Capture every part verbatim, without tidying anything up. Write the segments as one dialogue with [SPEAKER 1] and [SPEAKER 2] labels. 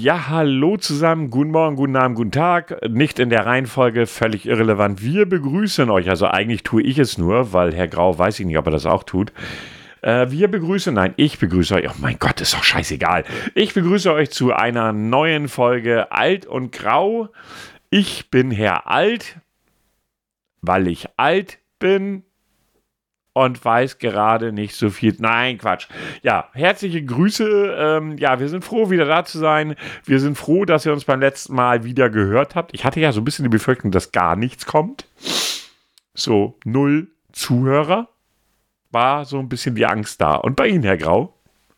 [SPEAKER 1] Ja, hallo zusammen, guten Morgen, guten Abend, guten Tag. Nicht in der Reihenfolge, völlig irrelevant. Wir begrüßen euch, also eigentlich tue ich es nur, weil Herr Grau weiß ich nicht, ob er das auch tut. Äh, wir begrüßen, nein, ich begrüße euch, oh mein Gott, ist doch scheißegal. Ich begrüße euch zu einer neuen Folge Alt und Grau. Ich bin Herr Alt, weil ich alt bin. Und weiß gerade nicht so viel. Nein, Quatsch. Ja, herzliche Grüße. Ähm, ja, wir sind froh, wieder da zu sein. Wir sind froh, dass ihr uns beim letzten Mal wieder gehört habt. Ich hatte ja so ein bisschen die Befürchtung, dass gar nichts kommt. So, null Zuhörer. War so ein bisschen die Angst da. Und bei Ihnen, Herr Grau?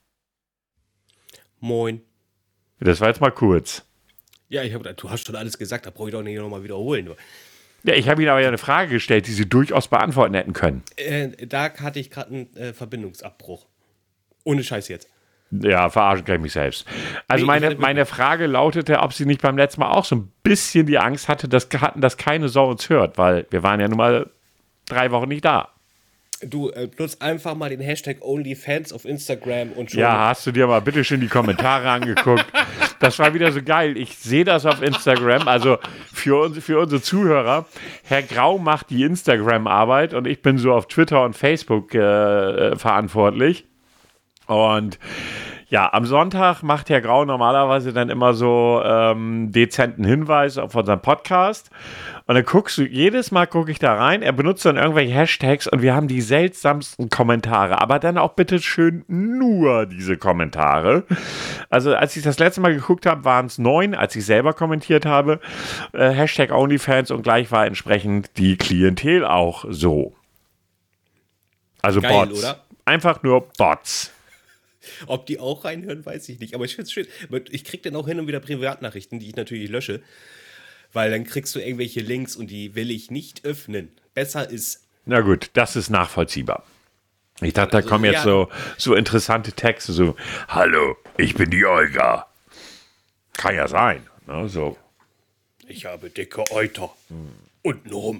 [SPEAKER 2] Moin.
[SPEAKER 1] Das war jetzt mal kurz.
[SPEAKER 2] Ja, ich hab, du hast schon alles gesagt, da brauche ich doch nicht nochmal wiederholen.
[SPEAKER 1] Ja, ich habe Ihnen aber ja eine Frage gestellt, die Sie durchaus beantworten hätten können.
[SPEAKER 2] Äh, da hatte ich gerade einen äh, Verbindungsabbruch. Ohne Scheiß jetzt.
[SPEAKER 1] Ja, verarschen kann ich mich selbst. Also
[SPEAKER 2] Nee,
[SPEAKER 1] meine,
[SPEAKER 2] ich-
[SPEAKER 1] meine Frage lautete, ob sie nicht beim letzten Mal auch so ein bisschen die Angst hatte, dass, hatten, dass keine Sau uns hört, weil wir waren ja nun mal drei Wochen nicht da.
[SPEAKER 2] Du äh, nutzt einfach mal den Hashtag OnlyFans auf Instagram und schon.
[SPEAKER 1] Ja, hast du dir mal bitte schön die Kommentare angeguckt? Das war wieder so geil. Ich sehe das auf Instagram, also für, uns, für unsere Zuhörer. Herr Grau macht die Instagram-Arbeit und ich bin so auf Twitter und Facebook äh, verantwortlich. Und ja, am Sonntag macht Herr Grau normalerweise dann immer so ähm, dezenten Hinweis auf unseren Podcast. Und dann guckst du, jedes Mal gucke ich da rein, er benutzt dann irgendwelche Hashtags und wir haben die seltsamsten Kommentare. Aber dann auch bitte schön nur diese Kommentare. Also als ich das letzte Mal geguckt habe, waren es neun, als ich selber kommentiert habe. Äh, Hashtag OnlyFans und gleich war entsprechend die Klientel auch so. Also
[SPEAKER 2] Geil,
[SPEAKER 1] Bots.
[SPEAKER 2] oder?
[SPEAKER 1] Einfach nur Bots.
[SPEAKER 2] Ob die auch reinhören, weiß ich nicht. Aber ich finde es schön. Ich krieg dann auch hin und wieder Privatnachrichten, die ich natürlich lösche. Weil dann kriegst du irgendwelche Links und die will ich nicht öffnen. Besser ist.
[SPEAKER 1] Na gut, das ist nachvollziehbar. Ich dachte, da
[SPEAKER 2] Also,
[SPEAKER 1] kommen jetzt
[SPEAKER 2] ja.
[SPEAKER 1] so, so interessante Texte, so, hallo, ich bin die Olga. Kann ja sein. Ne, so.
[SPEAKER 2] Ich habe dicke Euter. Untenrum.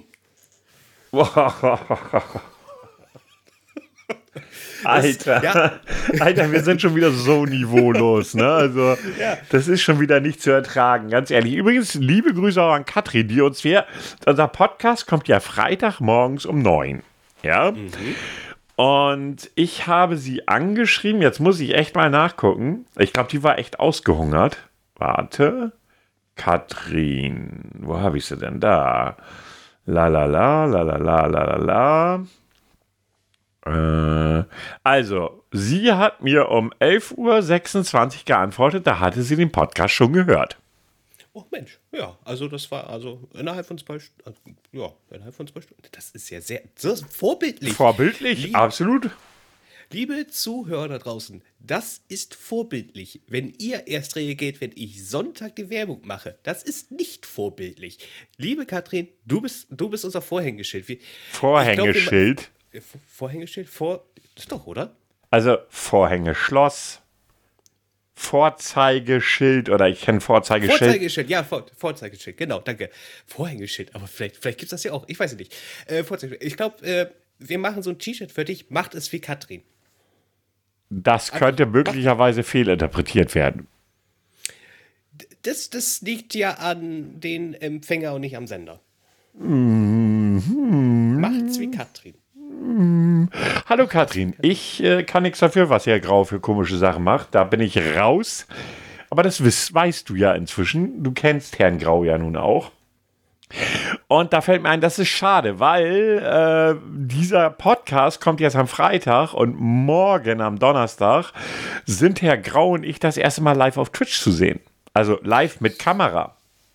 [SPEAKER 1] Alter,
[SPEAKER 2] ja.
[SPEAKER 1] Alter, wir sind schon wieder so niveaulos, ne? Also,
[SPEAKER 2] Ja.
[SPEAKER 1] das ist schon wieder nicht zu ertragen, ganz ehrlich. Übrigens, liebe Grüße auch an Katrin, die uns wir, unser Podcast kommt ja Freitagmorgens um neun. Ja? Mhm. Und ich habe sie angeschrieben, jetzt muss ich echt mal nachgucken. Ich glaube, die war echt ausgehungert. Warte. Katrin, wo habe ich sie denn da? La la la, la la la, la la la. Äh, also, sie hat mir um elf Uhr sechsundzwanzig geantwortet, da hatte sie den Podcast schon gehört.
[SPEAKER 2] Oh Mensch, ja, also das war also innerhalb von zwei Stunden, ja, innerhalb von zwei Stunden. Das ist ja sehr, das ist vorbildlich.
[SPEAKER 1] Vorbildlich,
[SPEAKER 2] Lieb,
[SPEAKER 1] absolut.
[SPEAKER 2] Liebe Zuhörer da draußen, das ist vorbildlich. Wenn ihr erst reagiert, wenn ich Sonntag die Werbung mache, das ist nicht vorbildlich. Liebe Katrin, du bist, du bist unser Vorhängeschild. Wir,
[SPEAKER 1] Vorhängeschild.
[SPEAKER 2] Ich glaub, wir, Vorhängeschild? Vor, ist doch, oder?
[SPEAKER 1] Also Vorhängeschloss, Vorzeigeschild oder ich kenne Vorzeigeschild.
[SPEAKER 2] Vorzeigeschild, ja, Vor Vorzeigeschild, genau, danke. Vorhängeschild, aber vielleicht, vielleicht gibt es das ja auch, ich weiß es nicht. Äh, Vorzeigeschild. Ich glaube, äh, wir machen so ein T-Shirt für dich, macht es wie Katrin.
[SPEAKER 1] Das könnte
[SPEAKER 2] Einfach-
[SPEAKER 1] möglicherweise fehlinterpretiert werden.
[SPEAKER 2] Das, das liegt ja an den Empfänger und nicht am Sender.
[SPEAKER 1] Mhm.
[SPEAKER 2] Macht's wie Katrin.
[SPEAKER 1] Hallo Katrin, ich äh, kann nichts dafür, was Herr Grau für komische Sachen macht. Da bin ich raus. Aber das weißt, weißt du ja inzwischen. Du kennst Herrn Grau ja nun auch. Und da fällt mir ein, das ist schade, weil äh, dieser Podcast kommt jetzt am Freitag und morgen am Donnerstag sind Herr Grau und ich das erste Mal live auf Twitch zu sehen. Also live mit Kamera.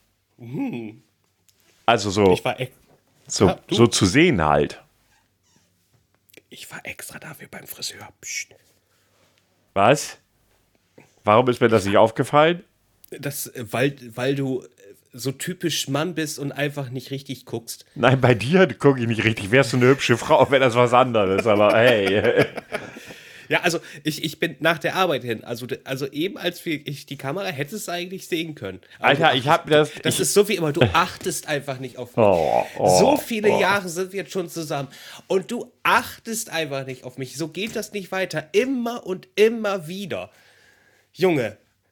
[SPEAKER 1] Also so,
[SPEAKER 2] Ich war, ex
[SPEAKER 1] so,
[SPEAKER 2] Ja, du-
[SPEAKER 1] so zu sehen halt.
[SPEAKER 2] ich war extra dafür beim Friseur. Psst.
[SPEAKER 1] Was? Warum ist mir das nicht aufgefallen?
[SPEAKER 2] Das, äh, weil, weil du äh, so typisch Mann bist und einfach nicht richtig guckst.
[SPEAKER 1] Nein, bei dir gucke ich nicht richtig. Wärst du eine hübsche Frau, wäre das was anderes. Aber hey.
[SPEAKER 2] Ja, also ich, ich bin nach der Arbeit hin. Also, de- also eben als wir, ich die Kamera hätte es eigentlich sehen können. Aber
[SPEAKER 1] Alter,
[SPEAKER 2] du
[SPEAKER 1] ich hab das-
[SPEAKER 2] achtest- Das
[SPEAKER 1] ich-
[SPEAKER 2] ist so wie immer, du achtest einfach nicht auf mich.
[SPEAKER 1] Oh, oh,
[SPEAKER 2] so viele
[SPEAKER 1] oh.
[SPEAKER 2] Jahre sind wir jetzt schon zusammen. Und du achtest einfach nicht auf mich. So geht das nicht weiter. Immer und immer wieder. Junge,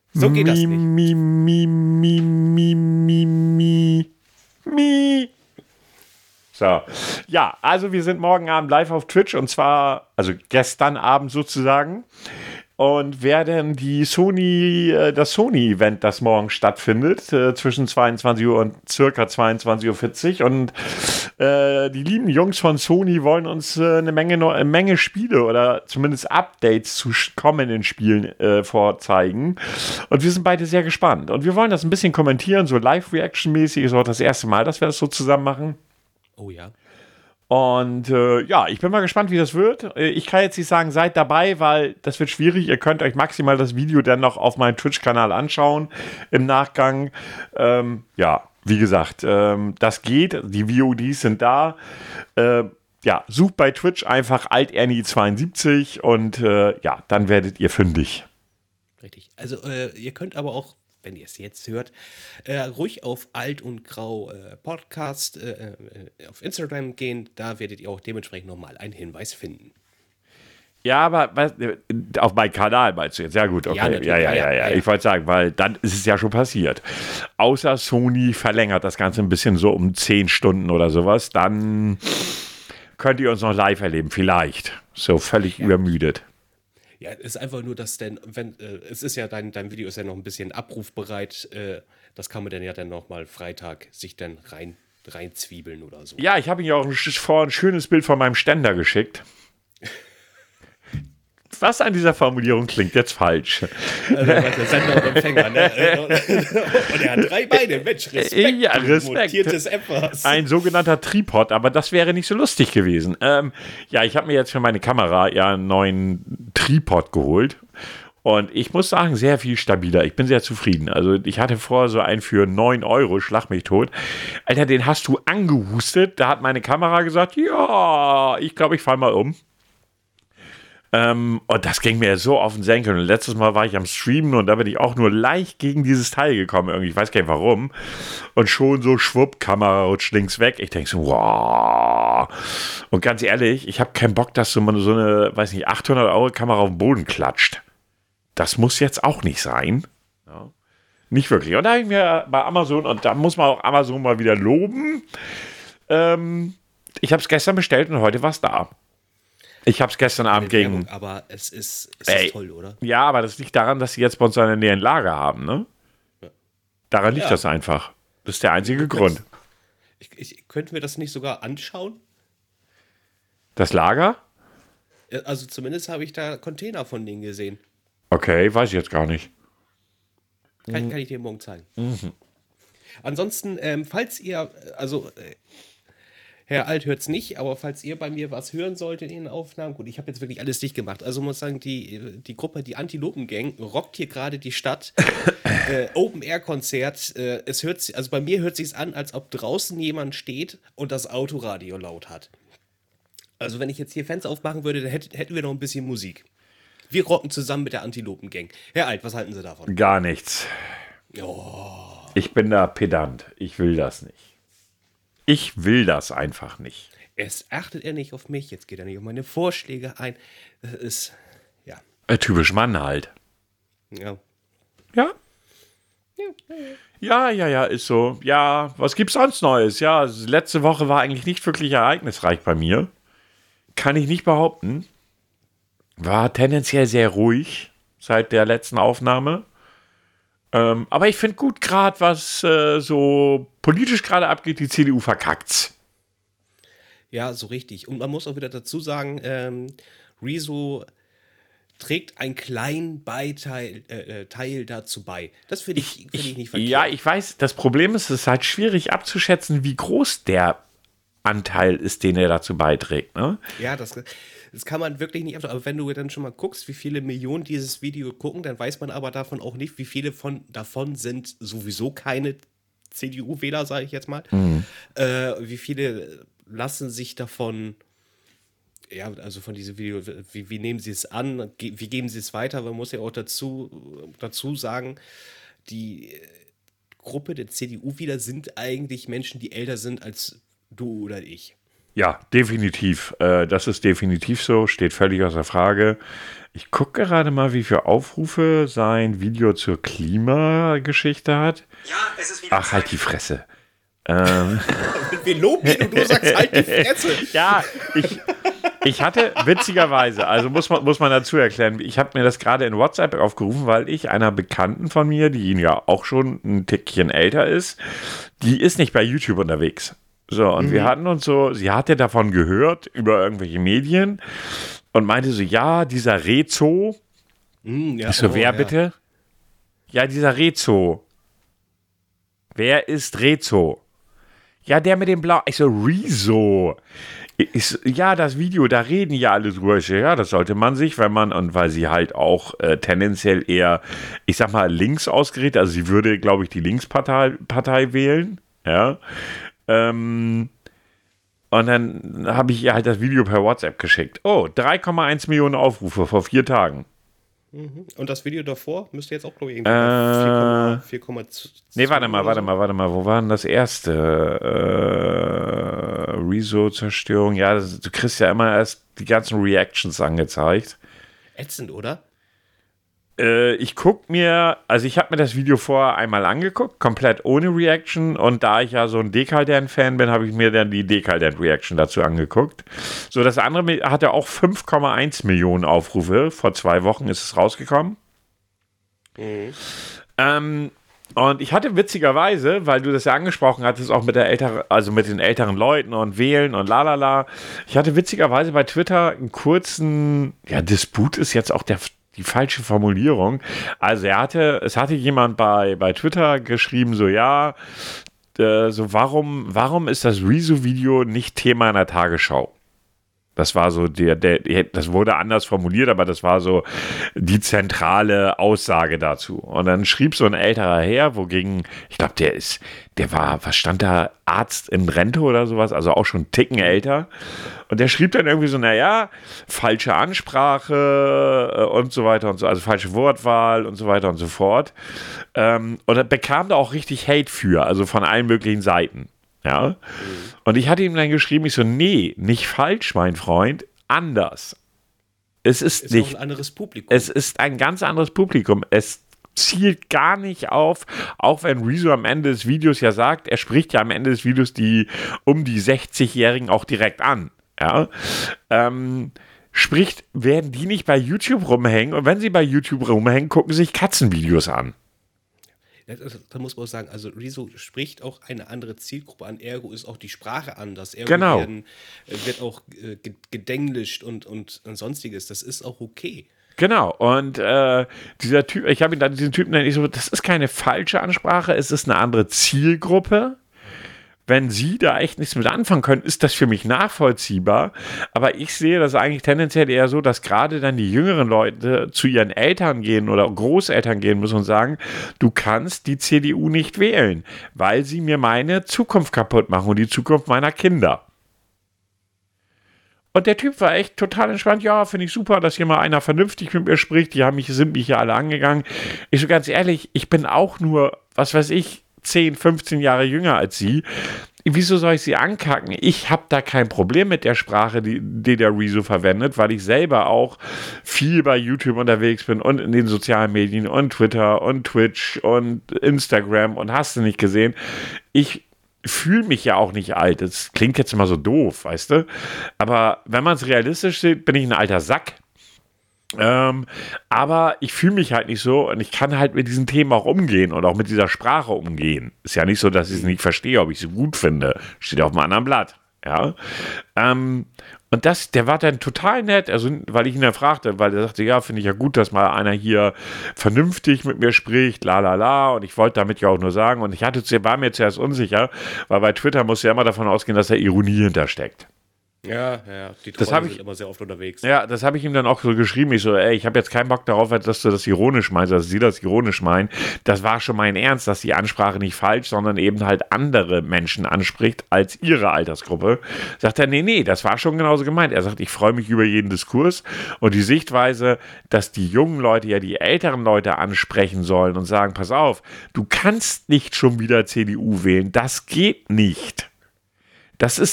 [SPEAKER 2] So geht das
[SPEAKER 1] mi,
[SPEAKER 2] nicht.
[SPEAKER 1] Mi, mi, mi, mi, mi, mi, mi. So. Ja, also wir sind morgen Abend live auf Twitch und zwar, also gestern Abend sozusagen. Und werden die Sony, äh, das Sony-Event, das morgen stattfindet, äh, zwischen zweiundzwanzig Uhr und circa zweiundzwanzig Uhr vierzig. Und äh, die lieben Jungs von Sony wollen uns äh, eine Menge, no- eine Menge Spiele oder zumindest Updates zu sch- kommenden Spielen äh, vorzeigen. Und wir sind beide sehr gespannt. Und wir wollen das ein bisschen kommentieren, so Live-Reaction-mäßig. Ist auch das erste Mal, dass wir das so zusammen machen.
[SPEAKER 2] Oh ja.
[SPEAKER 1] Und äh, ja, ich bin mal gespannt, wie das wird. Äh, Ich kann jetzt nicht sagen, seid dabei, weil das wird schwierig. Ihr könnt euch maximal das Video dann noch auf meinem Twitch-Kanal anschauen im Nachgang. Ähm, ja, wie gesagt, ähm, das geht. Die V O Ds sind da. Äh, ja, sucht bei Twitch einfach Alt Ernie zweiundsiebzig und äh, ja, dann werdet ihr fündig.
[SPEAKER 2] Richtig. Also äh, ihr könnt aber auch, wenn ihr es jetzt hört, äh, ruhig auf Alt und Grau äh, Podcast äh, äh, auf Instagram gehen. Da werdet ihr auch dementsprechend nochmal einen Hinweis finden.
[SPEAKER 1] Ja, aber was, äh, auf meinem Kanal meinst du jetzt? Ja, gut, okay.
[SPEAKER 2] Ja, natürlich.
[SPEAKER 1] Ja, ja,
[SPEAKER 2] Ja,
[SPEAKER 1] ja,
[SPEAKER 2] ja,
[SPEAKER 1] ja.
[SPEAKER 2] ja.
[SPEAKER 1] Ich wollte sagen, weil dann ist es ja schon passiert. Außer Sony verlängert das Ganze ein bisschen so um zehn Stunden oder sowas, dann könnt ihr uns noch live erleben, vielleicht. So völlig übermüdet.
[SPEAKER 2] Ja, es ist einfach nur, dass denn, wenn, äh, es ist ja, dein, dein Video ist ja noch ein bisschen abrufbereit. Äh, das kann man dann ja dann nochmal Freitag sich dann rein, reinzwiebeln oder so.
[SPEAKER 1] Ja, ich habe Ihnen auch ein, sch- vor ein schönes Bild von meinem Ständer geschickt. Was an dieser Formulierung klingt jetzt falsch.
[SPEAKER 2] Also, was der Sender und Empfänger, ne? Und er hat drei Beine, Mensch, Respekt.
[SPEAKER 1] Ja,
[SPEAKER 2] du
[SPEAKER 1] Respekt.
[SPEAKER 2] montiertes etwas.
[SPEAKER 1] Ein sogenannter Tripod, aber das wäre nicht so lustig gewesen. Ähm, ja, ich habe mir jetzt für meine Kamera ja einen neuen Tripod geholt. Und ich muss sagen, sehr viel stabiler. Ich bin sehr zufrieden. Also ich hatte vorher so einen für neun Euro, schlag mich tot. Alter, den hast du angehustet. Da hat meine Kamera gesagt, ja, ich glaube, ich fall mal um. Ähm, und das ging mir so auf den Senkel. Und letztes Mal war ich am Streamen und da bin ich auch nur leicht gegen dieses Teil gekommen. Irgendwie, ich weiß gar nicht warum. Und schon so schwupp, Kamera rutscht links weg. Ich denke so, wow. Und ganz ehrlich, ich habe keinen Bock, dass so eine, so eine, weiß nicht, achthundert Euro Kamera auf den Boden klatscht. Das muss jetzt auch nicht sein. Ja. Nicht wirklich. Und da habe ich mir bei Amazon, und da muss man auch Amazon mal wieder loben. Ähm, ich habe es gestern bestellt und heute war es da. Ich habe es gestern Abend gegen.
[SPEAKER 2] Werbung, aber es ist, es
[SPEAKER 1] Ey.
[SPEAKER 2] ist toll, oder?
[SPEAKER 1] Ja, aber das liegt daran, dass sie jetzt bei uns eine näheren Lager haben, ne? Daran liegt
[SPEAKER 2] Ja.
[SPEAKER 1] das einfach. Das ist der einzige Grund.
[SPEAKER 2] Ich, ich, könnten wir das nicht sogar anschauen?
[SPEAKER 1] Das Lager?
[SPEAKER 2] Äh, Also zumindest habe ich da Container von denen gesehen.
[SPEAKER 1] Okay, weiß ich jetzt gar nicht.
[SPEAKER 2] Kann,
[SPEAKER 1] Mhm.
[SPEAKER 2] kann ich dir morgen zeigen. Ansonsten, ähm, falls ihr, also äh, Herr Alt hört es nicht, aber falls ihr bei mir was hören solltet in den Aufnahmen, gut, ich habe jetzt wirklich alles dicht gemacht. Also muss sagen, die, die Gruppe, die Antilopen-Gang, rockt hier gerade die Stadt. äh, Open-Air-Konzert. Äh, es hört sich, also bei mir hört sich an, als ob draußen jemand steht und das Autoradio laut hat. Also wenn ich jetzt hier Fenster aufmachen würde, dann hätt, hätten wir noch ein bisschen Musik. Wir rocken zusammen mit der Antilopen-Gang. Herr Alt, was halten Sie davon?
[SPEAKER 1] Gar nichts.
[SPEAKER 2] Oh.
[SPEAKER 1] Ich bin da pedant. Ich will das nicht. Ich will das einfach nicht.
[SPEAKER 2] Erst achtet er nicht auf mich, jetzt geht er nicht auf meine Vorschläge ein. Das ist, ja.
[SPEAKER 1] Äh, typisch Mann halt.
[SPEAKER 2] Ja.
[SPEAKER 1] Ja? Ja, ja, ja, ist so. Ja, was gibt's sonst Neues? Ja, letzte Woche war eigentlich nicht wirklich ereignisreich bei mir. Kann ich nicht behaupten. War tendenziell sehr ruhig seit der letzten Aufnahme. Ähm, aber ich finde gut gerade, was äh, so politisch gerade abgeht, die C D U verkackt's.
[SPEAKER 2] Ja, so richtig. Und man muss auch wieder dazu sagen, ähm, Rezo trägt einen kleinen Beiteil, äh, Teil dazu bei. Das finde ich, find ich nicht verkehrt.
[SPEAKER 1] Ja, ich weiß, das Problem ist, es ist halt schwierig abzuschätzen, wie groß der Anteil ist, den er dazu beiträgt. Ne?
[SPEAKER 2] Ja, das, das kann man wirklich nicht. Aber wenn du dann schon mal guckst, wie viele Millionen dieses Video gucken, dann weiß man aber davon auch nicht, wie viele von, davon sind sowieso keine C D U-Wähler, sage ich jetzt mal.
[SPEAKER 1] Mhm.
[SPEAKER 2] Äh, wie viele lassen sich davon, ja, also von diesem Video, wie, wie nehmen sie es an, ge- wie geben sie es weiter? Man muss ja auch dazu, dazu sagen, die äh, Gruppe der C D U-Wähler sind eigentlich Menschen, die älter sind als du oder ich.
[SPEAKER 1] Ja, definitiv. Äh, das ist definitiv so, steht völlig außer Frage. Ich gucke gerade mal, wie viele Aufrufe sein Video zur Klimageschichte hat.
[SPEAKER 2] Ja, es ist wieder
[SPEAKER 1] Ach, halt die Fresse. Ähm.
[SPEAKER 2] Wir loben ihn und du sagst halt die Fresse.
[SPEAKER 1] Ja, ich, ich hatte witzigerweise, also muss man, muss man dazu erklären, ich habe mir das gerade in WhatsApp aufgerufen, weil ich einer Bekannten von mir, die ja auch schon ein Tickchen älter ist, die ist nicht bei YouTube unterwegs. So, und mhm. wir hatten uns so, sie hatte davon gehört, über irgendwelche Medien und meinte so, ja, dieser Rezo. Mhm, ja, ich so, oh, wer ja. bitte? Ja, dieser Rezo. Wer ist Rezo? Ja, der mit dem Blau. Ich so, Rezo. Ich so, ja, das Video, da reden ja alle drüber. Ich so, ja, das sollte man sich, wenn man, und weil sie halt auch äh, tendenziell eher, ich sag mal, links ausgerichtet, also sie würde, glaube ich, die Linkspartei Partei wählen. Ja. Ähm, und dann habe ich ihr halt das Video per WhatsApp geschickt. Oh, drei Komma eins Millionen Aufrufe vor vier Tagen.
[SPEAKER 2] Und das Video davor müsste jetzt auch, glaube ich,
[SPEAKER 1] irgendwie äh, vier Komma zwei. Nee, warte mal, warte so. mal, warte mal. Wo war denn das erste? Äh, Rezo-Zerstörung. Ja, das, du kriegst ja immer erst die ganzen Reactions angezeigt.
[SPEAKER 2] Ätzend, oder?
[SPEAKER 1] Äh, ich guck mir, also ich habe mir das Video vorher einmal angeguckt, komplett ohne Reaction. Und da ich ja so ein Dekadent-Fan bin, habe ich mir dann die Dekadent-Reaction dazu angeguckt. So, das andere hatte auch fünf Komma eins Millionen Aufrufe. Vor zwei Wochen ist es rausgekommen. Mhm. Ähm, und ich hatte witzigerweise, weil du das ja angesprochen hattest, auch mit der älteren, also mit den älteren Leuten und Wählen und lalala, ich hatte witzigerweise bei Twitter einen kurzen, ja, Disput ist jetzt auch der die falsche Formulierung. Also er hatte, es hatte jemand bei, bei Twitter geschrieben, so ja, äh, so warum, warum ist das Rezo-Video nicht Thema in der Tagesschau? Das war so der, der, das wurde anders formuliert, aber das war so die zentrale Aussage dazu. Und dann schrieb so ein älterer Herr, wogegen, ich glaube, der ist, der war, was stand da, Arzt in Rente oder sowas, also auch schon einen Ticken älter. Und der schrieb dann irgendwie so, naja, falsche Ansprache und so weiter und so, also falsche Wortwahl und so weiter und so fort. Ähm, und er bekam da auch richtig Hate für, also von allen möglichen Seiten. Ja. Mhm. Und ich hatte ihm dann geschrieben, ich so, nee, nicht falsch, mein Freund, anders. Es ist, ist nicht.
[SPEAKER 2] Auch ein anderes Publikum.
[SPEAKER 1] Es ist ein ganz anderes Publikum. Es zielt gar nicht auf, auch wenn Rezo am Ende des Videos ja sagt, er spricht ja am Ende des Videos die um die sechzigjährigen auch direkt an. Ja. Ähm, spricht, werden die nicht bei YouTube rumhängen und wenn sie bei YouTube rumhängen, gucken sich Katzenvideos an.
[SPEAKER 2] Da muss man auch sagen, also Rezo spricht auch eine andere Zielgruppe an, ergo ist auch die Sprache anders. Ergo
[SPEAKER 1] genau.
[SPEAKER 2] werden, wird auch äh, gedenglischt und, und, und sonstiges. Das ist auch okay.
[SPEAKER 1] Genau, und äh, dieser Typ, ich habe ihn dann diesen Typen, ich so, das ist keine falsche Ansprache, es ist eine andere Zielgruppe. Wenn Sie da echt nichts mit anfangen können, ist das für mich nachvollziehbar. Aber ich sehe das eigentlich tendenziell eher so, dass gerade dann die jüngeren Leute zu ihren Eltern gehen oder Großeltern gehen müssen und sagen, du kannst die C D U nicht wählen, weil sie mir meine Zukunft kaputt machen und die Zukunft meiner Kinder. Und der Typ war echt total entspannt. Ja, finde ich super, dass hier mal einer vernünftig mit mir spricht. Die haben mich, sind mich ja alle angegangen. Ich so ganz ehrlich, ich bin auch nur, was weiß ich, zehn, fünfzehn Jahre jünger als sie. Wieso soll ich sie ankacken? Ich habe da kein Problem mit der Sprache, die, die der Rezo verwendet, weil ich selber auch viel bei YouTube unterwegs bin und in den sozialen Medien und Twitter und Twitch und Instagram und hast du nicht gesehen. Ich fühle mich ja auch nicht alt. Das klingt jetzt immer so doof, weißt du? Aber wenn man es realistisch sieht, bin ich ein alter Sack. Ähm, aber ich fühle mich halt nicht so und ich kann halt mit diesen Themen auch umgehen und auch mit dieser Sprache umgehen. Ist ja nicht so, dass ich es nicht verstehe, ob ich sie gut finde. Steht auf einem anderen Blatt. Ja. Ähm, und das, der war dann total nett, also, weil ich ihn dann fragte, weil er sagte, ja, finde ich ja gut, dass mal einer hier vernünftig mit mir spricht, la la la, und ich wollte damit ja auch nur sagen, und ich hatte, war mir zuerst unsicher, weil bei Twitter muss ja immer davon ausgehen, dass da Ironie hintersteckt.
[SPEAKER 2] Ja, ja, die
[SPEAKER 1] Trolle
[SPEAKER 2] sind immer sehr oft unterwegs.
[SPEAKER 1] Ja, das habe ich ihm dann auch so geschrieben. Ich so, ey, ich habe jetzt keinen Bock darauf, dass du das ironisch meinst, dass sie das ironisch meinen. Das war schon mein Ernst, dass die Ansprache nicht falsch, sondern eben halt andere Menschen anspricht als ihre Altersgruppe. Sagt er, nee, nee, das war schon genauso gemeint. Er sagt, ich freue mich über jeden Diskurs und die Sichtweise, dass die jungen Leute ja die älteren Leute ansprechen sollen und sagen, pass auf, du kannst nicht schon wieder C D U wählen. Das geht nicht. Das ist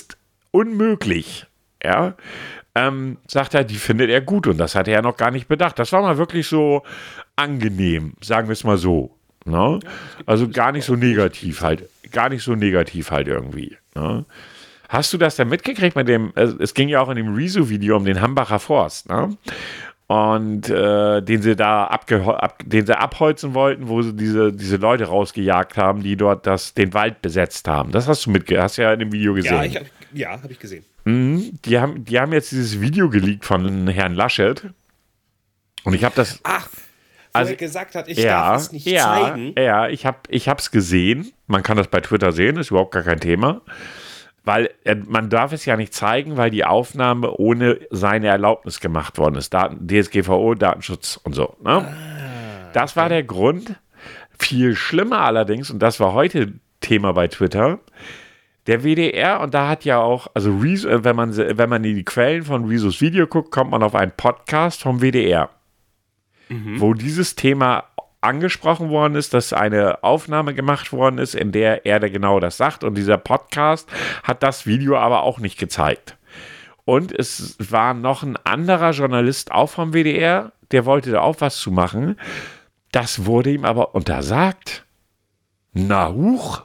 [SPEAKER 1] unmöglich. Ja, ähm, sagt er, die findet er gut und das hat er ja noch gar nicht bedacht. Das war mal wirklich so angenehm, sagen wir es mal so. Ne? Also gar nicht so negativ halt, gar nicht so negativ halt irgendwie. Ne? Hast du das denn mitgekriegt mit dem, es ging ja auch in dem Rezo-Video um den Hambacher Forst, ne? Und äh, den sie da abge- ab, den sie abholzen wollten, wo sie diese, diese Leute rausgejagt haben, die dort das, den Wald besetzt haben. Das hast du mitge- hast du ja in dem Video gesehen.
[SPEAKER 2] Ja, ich hab, ja, habe ich gesehen.
[SPEAKER 1] Mhm. Die haben, die haben jetzt dieses Video geleakt von Herrn Laschet. Und ich habe das.
[SPEAKER 2] Ach, wo
[SPEAKER 1] also,
[SPEAKER 2] er gesagt hat, ich
[SPEAKER 1] ja,
[SPEAKER 2] darf es nicht
[SPEAKER 1] ja,
[SPEAKER 2] zeigen.
[SPEAKER 1] Ja, ich habe ich es gesehen. Man kann das bei Twitter sehen, ist überhaupt gar kein Thema. Weil äh, man darf es ja nicht zeigen, weil die Aufnahme ohne seine Erlaubnis gemacht worden ist. Daten, D S G V O, Datenschutz und so. Ne? Ah, das okay. war der Grund. Viel schlimmer allerdings, und das war heute Thema bei Twitter, der W D R, und da hat ja auch, also Rezo, wenn man, wenn man in die Quellen von Rezos Video guckt, kommt man auf einen Podcast vom W D R, mhm. wo dieses Thema angesprochen worden ist, dass eine Aufnahme gemacht worden ist, in der er genau das sagt, und dieser Podcast hat das Video aber auch nicht gezeigt. Und es war noch ein anderer Journalist auch vom W D R, der wollte da auch was zu machen. Das wurde ihm aber untersagt. Na huch.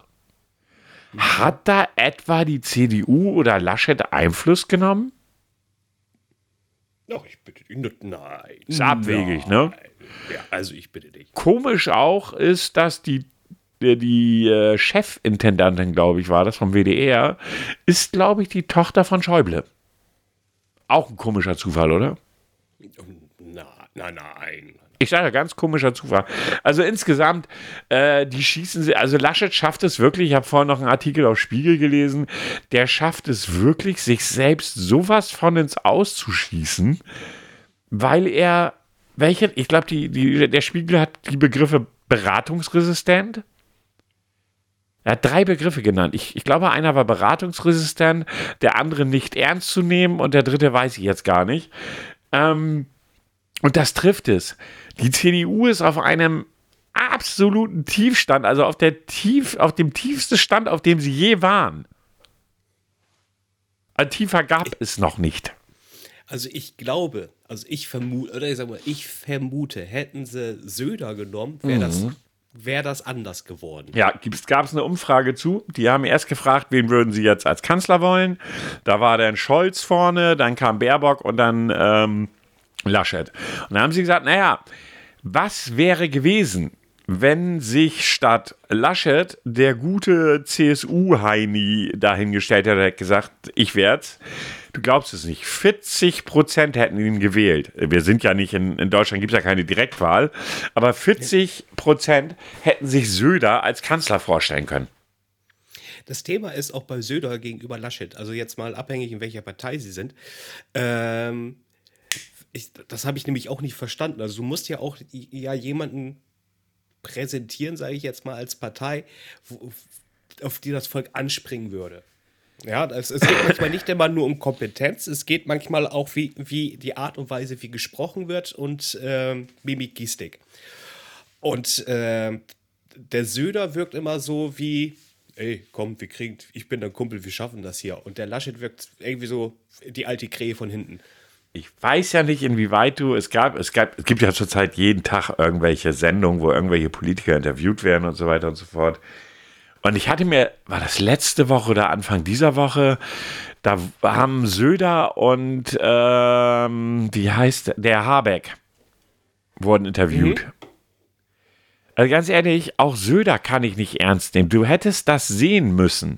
[SPEAKER 1] Hat da etwa die C D U oder Laschet Einfluss genommen?
[SPEAKER 2] Doch, ich bitte dich. Nein.
[SPEAKER 1] Ist abwegig, nein. Ne?
[SPEAKER 2] Ja, also ich bitte dich.
[SPEAKER 1] Komisch auch ist, dass die, die, die äh, Chefintendantin, glaube ich, war das vom W D R, ist, glaube ich, die Tochter von Schäuble. Auch ein komischer Zufall, oder?
[SPEAKER 2] Na, na, nein.
[SPEAKER 1] Ich sage, ganz komischer Zufall. Also insgesamt, äh, die schießen sie, also Laschet schafft es wirklich, ich habe vorhin noch einen Artikel auf Spiegel gelesen, der schafft es wirklich, sich selbst sowas von ins Auszuschießen, weil er, welche, ich glaube, die, die, der Spiegel hat die Begriffe beratungsresistent. Er hat drei Begriffe genannt. Ich, ich glaube, einer war beratungsresistent, der andere nicht ernst zu nehmen und der dritte weiß ich jetzt gar nicht. Ähm, und das trifft es. Die C D U ist auf einem absoluten Tiefstand, also auf, der Tief, auf dem tiefsten Stand, auf dem sie je waren. Ein tiefer gab ich, es noch nicht.
[SPEAKER 2] Also ich glaube, also ich vermute, oder ich sag mal, ich vermute, hätten sie Söder genommen, wäre mhm. das, wär das anders geworden.
[SPEAKER 1] Ja, gab es eine Umfrage zu. Die haben erst gefragt, wen würden sie jetzt als Kanzler wollen. Da war dann Scholz vorne, dann kam Baerbock und dann ähm, Laschet. Und dann haben sie gesagt, naja, was wäre gewesen, wenn sich statt Laschet der gute C S U-Heini dahingestellt hätte, hätte gesagt, ich werd's. Du glaubst es nicht. vierzig Prozent hätten ihn gewählt. Wir sind ja nicht in, in Deutschland, gibt es ja keine Direktwahl. Aber vierzig Prozent hätten sich Söder als Kanzler vorstellen können.
[SPEAKER 2] Das Thema ist auch bei Söder gegenüber Laschet, also jetzt mal abhängig, in welcher Partei sie sind. Ähm, ich, das habe ich nämlich auch nicht verstanden. Also du musst ja auch ja jemanden präsentieren, sage ich jetzt mal, als Partei, wo, auf die das Volk anspringen würde. Ja, es, es geht manchmal nicht immer nur um Kompetenz, es geht manchmal auch wie, wie die Art und Weise, wie gesprochen wird und ähm, Mimik, Gestik. Und äh, der Söder wirkt immer so wie, ey, komm, wir kriegen, ich bin dein Kumpel, wir schaffen das hier. Und der Laschet wirkt irgendwie so die alte Krähe von hinten.
[SPEAKER 1] Ich weiß ja nicht, inwieweit du, es gab, es gab, es gibt ja zurzeit jeden Tag irgendwelche Sendungen, wo irgendwelche Politiker interviewt werden und so weiter und so fort. Und ich hatte mir, war das letzte Woche oder Anfang dieser Woche, da haben Söder und, ähm, wie heißt der, Habeck, wurden interviewt. Mhm. Also ganz ehrlich, auch Söder kann ich nicht ernst nehmen. Du hättest das sehen müssen.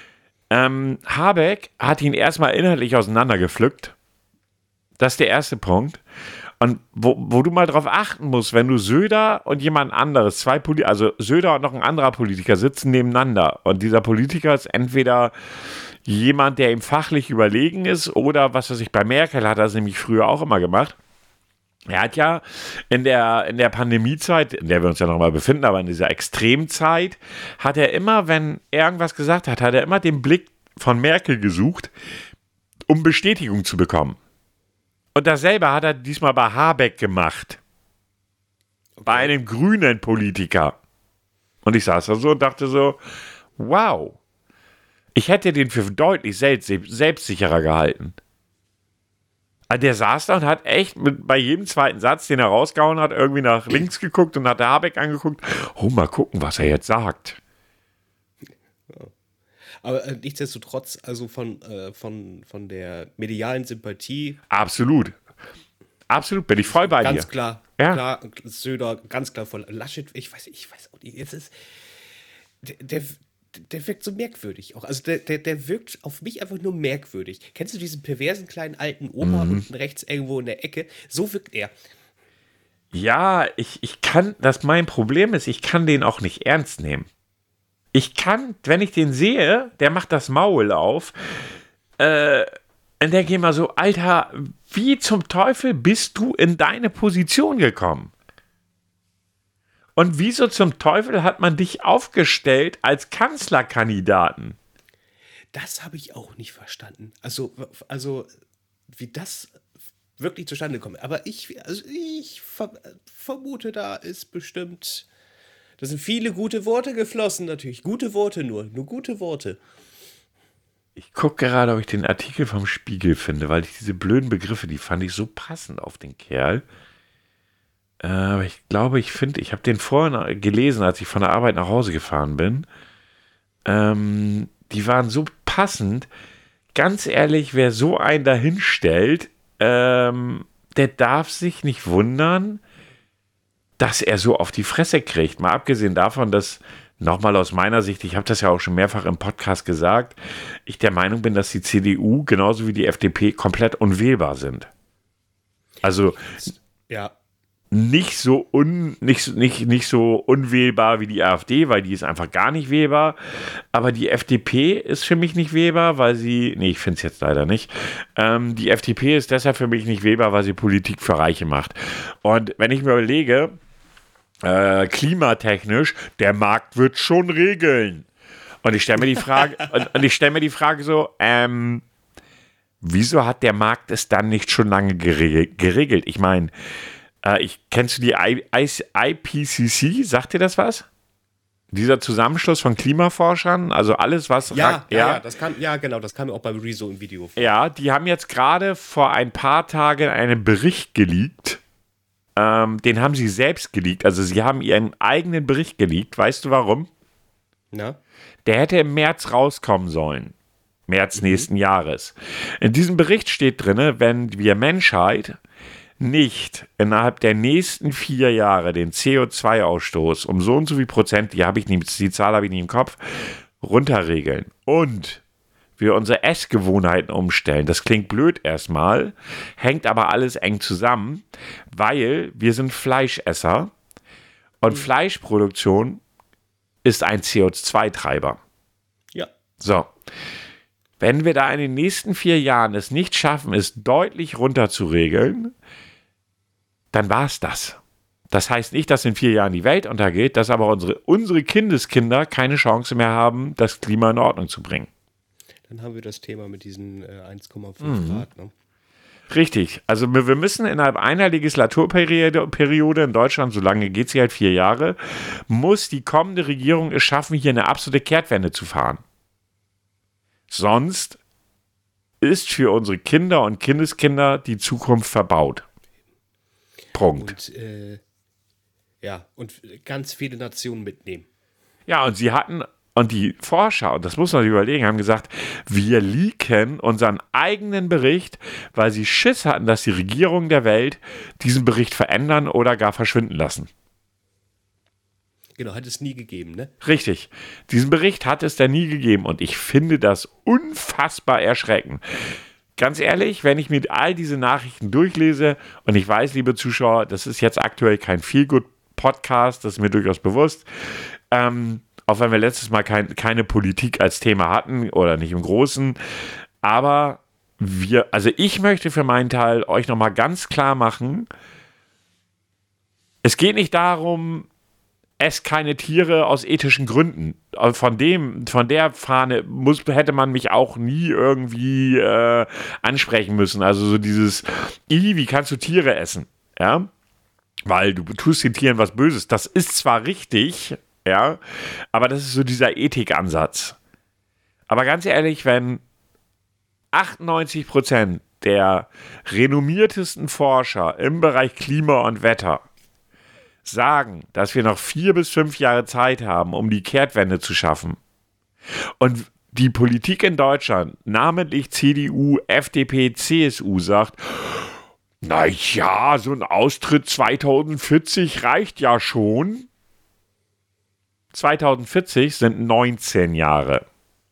[SPEAKER 1] Ähm, Habeck hat ihn erstmal inhaltlich auseinandergepflückt. Das ist der erste Punkt. Und wo, wo du mal drauf achten musst, wenn du Söder und jemand anderes, zwei Poli- also Söder und noch ein anderer Politiker sitzen nebeneinander und dieser Politiker ist entweder jemand, der ihm fachlich überlegen ist oder, was weiß ich, bei Merkel hat er es nämlich früher auch immer gemacht. Er hat ja in der, in der Pandemiezeit, in der wir uns ja noch mal befinden, aber in dieser Extremzeit, hat er immer, wenn er irgendwas gesagt hat, hat er immer den Blick von Merkel gesucht, um Bestätigung zu bekommen. Und dasselbe hat er diesmal bei Habeck gemacht. Okay. Bei einem grünen Politiker. Und ich saß da so und dachte so, wow. Ich hätte den für deutlich selbst, selbstsicherer gehalten. Der saß da und hat echt mit, bei jedem zweiten Satz, den er rausgehauen hat, irgendwie nach links geguckt und hat der Habeck angeguckt. Oh, mal gucken, was er jetzt sagt.
[SPEAKER 2] Ja. Aber äh, nichtsdestotrotz, also von, äh, von, von der medialen Sympathie.
[SPEAKER 1] Absolut. Absolut, bin ich voll bei
[SPEAKER 2] ganz
[SPEAKER 1] dir.
[SPEAKER 2] Ganz klar.
[SPEAKER 1] Ja.
[SPEAKER 2] Klar, Söder, ganz klar von Laschet. Ich weiß, ich weiß auch nicht. Jetzt ist. Der, der, der wirkt so merkwürdig auch. Also der, der, der wirkt auf mich einfach nur merkwürdig. Kennst du diesen perversen kleinen alten Opa mhm. unten rechts irgendwo in der Ecke? So wirkt er.
[SPEAKER 1] Ja, ich, ich kann, das mein Problem ist, ich kann den auch nicht ernst nehmen. Ich kann, wenn ich den sehe, der macht das Maul auf, äh, und denke ich immer so, Alter, wie zum Teufel bist du in deine Position gekommen? Und wieso zum Teufel hat man dich aufgestellt als Kanzlerkandidaten?
[SPEAKER 2] Das habe ich auch nicht verstanden. Also, also wie das wirklich zustande kommt. Aber ich, also ich ver- vermute, da ist bestimmt, da sind viele gute Worte geflossen natürlich. Gute Worte nur, nur gute Worte.
[SPEAKER 1] Ich gucke gerade, ob ich den Artikel vom Spiegel finde, weil ich diese blöden Begriffe, die fand ich so passend auf den Kerl. Aber ich glaube, ich finde, ich habe den vorhin gelesen, als ich von der Arbeit nach Hause gefahren bin. Ähm, die waren so passend. Ganz ehrlich, wer so einen dahinstellt, ähm, der darf sich nicht wundern, dass er so auf die Fresse kriegt. Mal abgesehen davon, dass, nochmal aus meiner Sicht, ich habe das ja auch schon mehrfach im Podcast gesagt, ich der Meinung bin, dass die C D U genauso wie die F D P komplett unwählbar sind. Also,
[SPEAKER 2] ja.
[SPEAKER 1] Nicht so, un, nicht, nicht, nicht so unwählbar wie die AfD, weil die ist einfach gar nicht wählbar. Aber die F D P ist für mich nicht wählbar, weil sie, nee, ich finde es jetzt leider nicht. Ähm, die F D P ist deshalb für mich nicht wählbar, weil sie Politik für Reiche macht. Und wenn ich mir überlege, äh, klimatechnisch, der Markt wird schon regeln. Und ich stelle mir die Frage, und, und ich stelle mir die Frage so, ähm, wieso hat der Markt es dann nicht schon lange geregelt? geregelt? Ich meine, Ich, kennst du die I, I, I P C C? Sagt dir das was? Dieser Zusammenschluss von Klimaforschern, also alles, was...
[SPEAKER 2] Ja,
[SPEAKER 1] ra-
[SPEAKER 2] ja, ja, das kam, ja, genau, das kam mir auch beim Rezo im Video vor.
[SPEAKER 1] Ja, die haben jetzt gerade vor ein paar Tagen einen Bericht geleakt. Ähm, den haben sie selbst geleakt. Also sie haben ihren eigenen Bericht geleakt. Weißt du warum?
[SPEAKER 2] Na?
[SPEAKER 1] Der hätte im März rauskommen sollen. März mhm. nächsten Jahres. In diesem Bericht steht drin, wenn wir Menschheit nicht innerhalb der nächsten vier Jahre den C O zwei Ausstoß um so und so viel Prozent, die habe ich nicht, die Zahl habe ich nicht im Kopf, runterregeln und wir unsere Essgewohnheiten umstellen. Das klingt blöd erstmal, hängt aber alles eng zusammen, weil wir sind Fleischesser und Fleischproduktion ist ein C O zwei Treiber.
[SPEAKER 2] Ja.
[SPEAKER 1] So. Wenn wir da in den nächsten vier Jahren es nicht schaffen, es deutlich runter zu regeln, dann war es das. Das heißt nicht, dass in vier Jahren die Welt untergeht, dass aber unsere, unsere Kindeskinder keine Chance mehr haben, das Klima in Ordnung zu bringen.
[SPEAKER 2] Dann haben wir das Thema mit diesen äh, eins Komma fünf mhm. Grad. Ne?
[SPEAKER 1] Richtig. Also wir, wir müssen innerhalb einer Legislaturperiode Periode in Deutschland, so lange geht sie halt vier Jahre, muss die kommende Regierung es schaffen, hier eine absolute Kehrtwende zu fahren. Sonst ist für unsere Kinder und Kindeskinder die Zukunft verbaut. Punkt.
[SPEAKER 2] Und, äh, ja, und ganz viele Nationen mitnehmen.
[SPEAKER 1] Ja, und sie hatten, und die Forscher, und das muss man sich überlegen, haben gesagt, wir leaken unseren eigenen Bericht, weil sie Schiss hatten, dass die Regierungen der Welt diesen Bericht verändern oder gar verschwinden lassen.
[SPEAKER 2] Genau, hat es nie gegeben, ne?
[SPEAKER 1] Richtig. Diesen Bericht hat es da nie gegeben und ich finde das unfassbar erschreckend. Ganz ehrlich, wenn ich mir all diese Nachrichten durchlese und ich weiß, liebe Zuschauer, das ist jetzt aktuell kein Feel-Good-Podcast, das ist mir durchaus bewusst, ähm, auch wenn wir letztes Mal kein, keine Politik als Thema hatten oder nicht im Großen, aber wir, also ich möchte für meinen Teil euch nochmal ganz klar machen, es geht nicht darum, ess keine Tiere aus ethischen Gründen. Von dem, von der Fahne muss, hätte man mich auch nie irgendwie äh, ansprechen müssen. Also so dieses, I, wie kannst du Tiere essen? Ja, weil du tust den Tieren was Böses. Das ist zwar richtig, ja, aber das ist so dieser Ethikansatz. Aber ganz ehrlich, wenn achtundneunzig Prozent der renommiertesten Forscher im Bereich Klima und Wetter sagen, dass wir noch vier bis fünf Jahre Zeit haben, um die Kehrtwende zu schaffen, und die Politik in Deutschland, namentlich C D U, F D P, C S U, sagt, na ja, so ein Austritt zweitausendvierzig reicht ja schon. zweitausendvierzig sind neunzehn Jahre.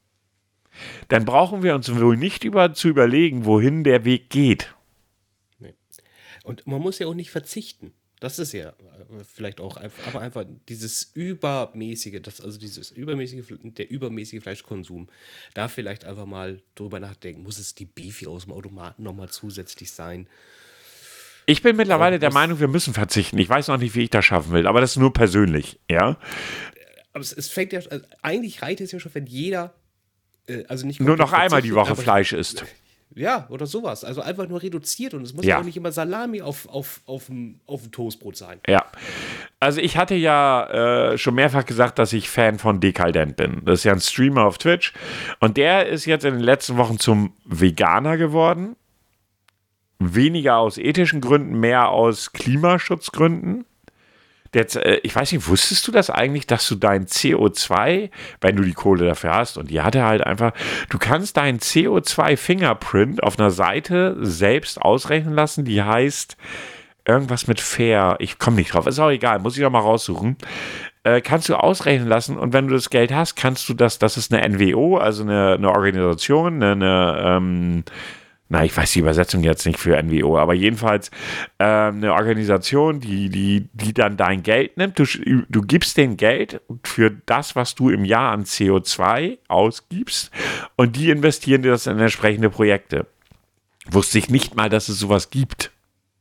[SPEAKER 1] Dann brauchen wir uns wohl nicht über, zu überlegen, wohin der Weg geht.
[SPEAKER 2] Nee. Und man muss ja auch nicht verzichten. Das ist ja vielleicht auch einfach, aber einfach dieses übermäßige, das, also dieses übermäßige, der übermäßige Fleischkonsum, da vielleicht einfach mal drüber nachdenken, muss es die Beefy aus dem Automaten nochmal zusätzlich sein?
[SPEAKER 1] Ich bin mittlerweile
[SPEAKER 2] Aber
[SPEAKER 1] der
[SPEAKER 2] das-
[SPEAKER 1] Meinung, wir müssen verzichten. Ich weiß noch nicht, wie ich das schaffen will, aber das ist nur persönlich, ja.
[SPEAKER 2] Aber es, es fängt ja, also eigentlich reicht es ja schon, wenn jeder, äh, also nicht
[SPEAKER 1] Nur noch
[SPEAKER 2] komplett
[SPEAKER 1] einmal die
[SPEAKER 2] verzichtet,
[SPEAKER 1] Woche
[SPEAKER 2] aber-
[SPEAKER 1] Fleisch isst.
[SPEAKER 2] Ja, oder sowas. Also einfach nur reduziert und es muss
[SPEAKER 1] Ja.
[SPEAKER 2] ja auch nicht immer Salami auf, auf, auf, dem, auf dem Toastbrot sein.
[SPEAKER 1] Ja. Also ich hatte ja äh, schon mehrfach gesagt, dass ich Fan von Dekadent bin. Das ist ja ein Streamer auf Twitch. Und der ist jetzt in den letzten Wochen zum Veganer geworden. Weniger aus ethischen Gründen, mehr aus Klimaschutzgründen. Der, äh, ich weiß nicht, wusstest du das eigentlich, dass du dein C O zwei, wenn du die Kohle dafür hast, und die hatte halt einfach, du kannst deinen C O zwei Fingerprint auf einer Seite selbst ausrechnen lassen, die heißt irgendwas mit Fair, ich komme nicht drauf, ist auch egal, muss ich doch mal raussuchen. Äh, kannst du ausrechnen lassen, und wenn du das Geld hast, kannst du das, das ist eine N W O, also eine, eine Organisation, eine, eine ähm, na, ich weiß die Übersetzung jetzt nicht für N W O, aber jedenfalls äh, eine Organisation, die, die, die dann dein Geld nimmt. Du, du gibst den Geld für das, was du im Jahr an C O zwei ausgibst, und die investieren dir das in entsprechende Projekte. Wusste ich nicht mal, dass es sowas gibt.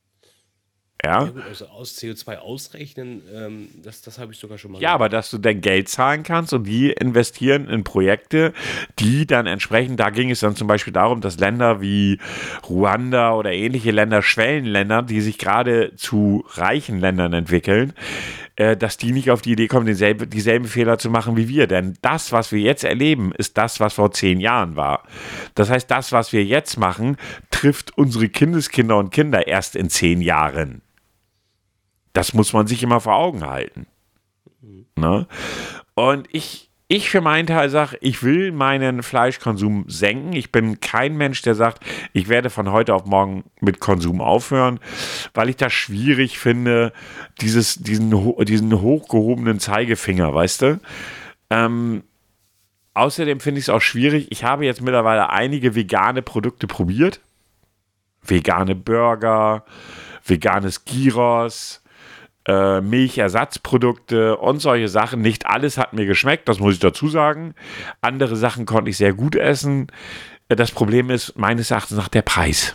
[SPEAKER 1] Ja?
[SPEAKER 2] Ja, gut, also aus C O zwei ausrechnen, ähm, das, das habe ich sogar schon mal
[SPEAKER 1] Ja, aber dass du dein Geld zahlen kannst, und die investieren in Projekte, die dann entsprechend, da ging es dann zum Beispiel darum, dass Länder wie Ruanda oder ähnliche Länder, Schwellenländer, die sich gerade zu reichen Ländern entwickeln, äh, dass die nicht auf die Idee kommen, denselbe, dieselben Fehler zu machen wie wir. Denn das, was wir jetzt erleben, ist das, was vor zehn Jahren war. Das heißt, das, was wir jetzt machen, trifft unsere Kindeskinder und Kinder erst in zehn Jahren. Das muss man sich immer vor Augen halten. Ne? Und ich, ich für meinen Teil sage, ich will meinen Fleischkonsum senken. Ich bin kein Mensch, der sagt, ich werde von heute auf morgen mit Konsum aufhören, weil ich das schwierig finde, dieses, diesen, diesen hochgehobenen Zeigefinger, weißt du? Ähm, außerdem finde ich es auch schwierig. Ich habe jetzt mittlerweile einige vegane Produkte probiert. Vegane Burger, veganes Gyros, Äh, Milchersatzprodukte und solche Sachen. Nicht alles hat mir geschmeckt, das muss ich dazu sagen. Andere Sachen konnte ich sehr gut essen. Das Problem ist meines Erachtens nach der Preis.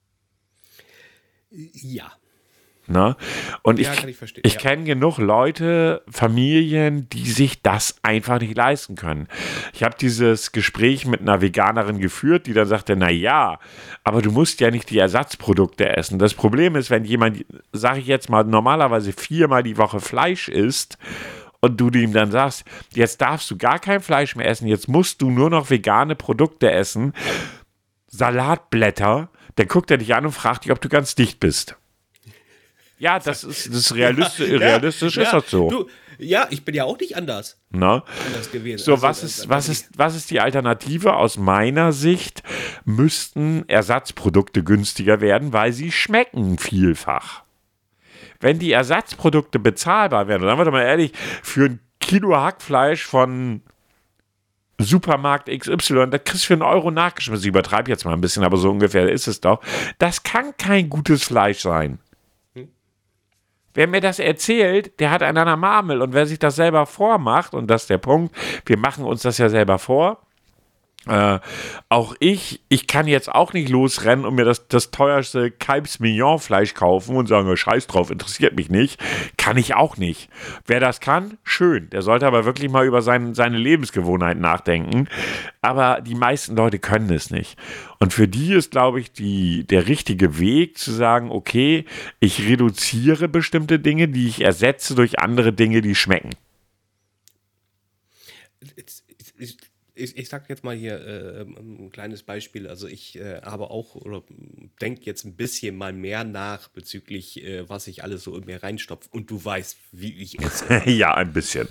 [SPEAKER 2] Ja.
[SPEAKER 1] Ne? Und
[SPEAKER 2] Ja,
[SPEAKER 1] ich,
[SPEAKER 2] kann ich verstehen,
[SPEAKER 1] ich
[SPEAKER 2] ja.
[SPEAKER 1] kenne genug Leute, Familien, die sich das einfach nicht leisten können. Ich habe dieses Gespräch mit einer Veganerin geführt, die dann sagte, na ja, aber du musst ja nicht die Ersatzprodukte essen. Das Problem ist, wenn jemand, sage ich jetzt mal, normalerweise viermal die Woche Fleisch isst, und du ihm dann sagst, jetzt darfst du gar kein Fleisch mehr essen, jetzt musst du nur noch vegane Produkte essen, Salatblätter, dann guckt er dich an und fragt dich, ob du ganz dicht bist. Ja, das ist, das ist realistisch,
[SPEAKER 2] Ja,
[SPEAKER 1] realistisch
[SPEAKER 2] ja,
[SPEAKER 1] ist das so.
[SPEAKER 2] Du, ja, ich bin ja auch nicht anders,
[SPEAKER 1] Ne?
[SPEAKER 2] anders gewesen.
[SPEAKER 1] So,
[SPEAKER 2] Also,
[SPEAKER 1] was
[SPEAKER 2] äh,
[SPEAKER 1] ist,
[SPEAKER 2] äh,
[SPEAKER 1] was
[SPEAKER 2] ich-
[SPEAKER 1] ist, was ist die Alternative? Aus meiner Sicht müssten Ersatzprodukte günstiger werden, weil sie schmecken vielfach. Wenn die Ersatzprodukte bezahlbar wären, dann wir mal ehrlich, für ein Kilo Hackfleisch von Supermarkt X Y, da kriegst du für einen Euro nachgeschmissen. Ich übertreibe jetzt mal ein bisschen, aber so ungefähr ist es doch. Das kann kein gutes Fleisch sein. Wer mir das erzählt, der hat einen an der Marmel. Und wer sich das selber vormacht, und das ist der Punkt, wir machen uns das ja selber vor. Äh, auch ich, ich kann jetzt auch nicht losrennen und mir das, das teuerste Kalbs-Mignon-Fleisch kaufen und sagen, scheiß drauf, interessiert mich nicht. Kann ich auch nicht. Wer das kann, schön. Der sollte aber wirklich mal über sein, seine Lebensgewohnheiten nachdenken. Aber die meisten Leute können es nicht. Und für die ist, glaube ich, die, der richtige Weg zu sagen, okay, ich reduziere bestimmte Dinge, die ich ersetze durch andere Dinge, die schmecken.
[SPEAKER 2] es- es- ich, ich sag jetzt mal hier äh, ein kleines Beispiel. Also ich äh, habe auch oder denke jetzt ein bisschen mal mehr nach bezüglich, äh, was ich alles so in mir reinstopfe. Und du weißt, wie ich esse.
[SPEAKER 1] Ja, ein bisschen.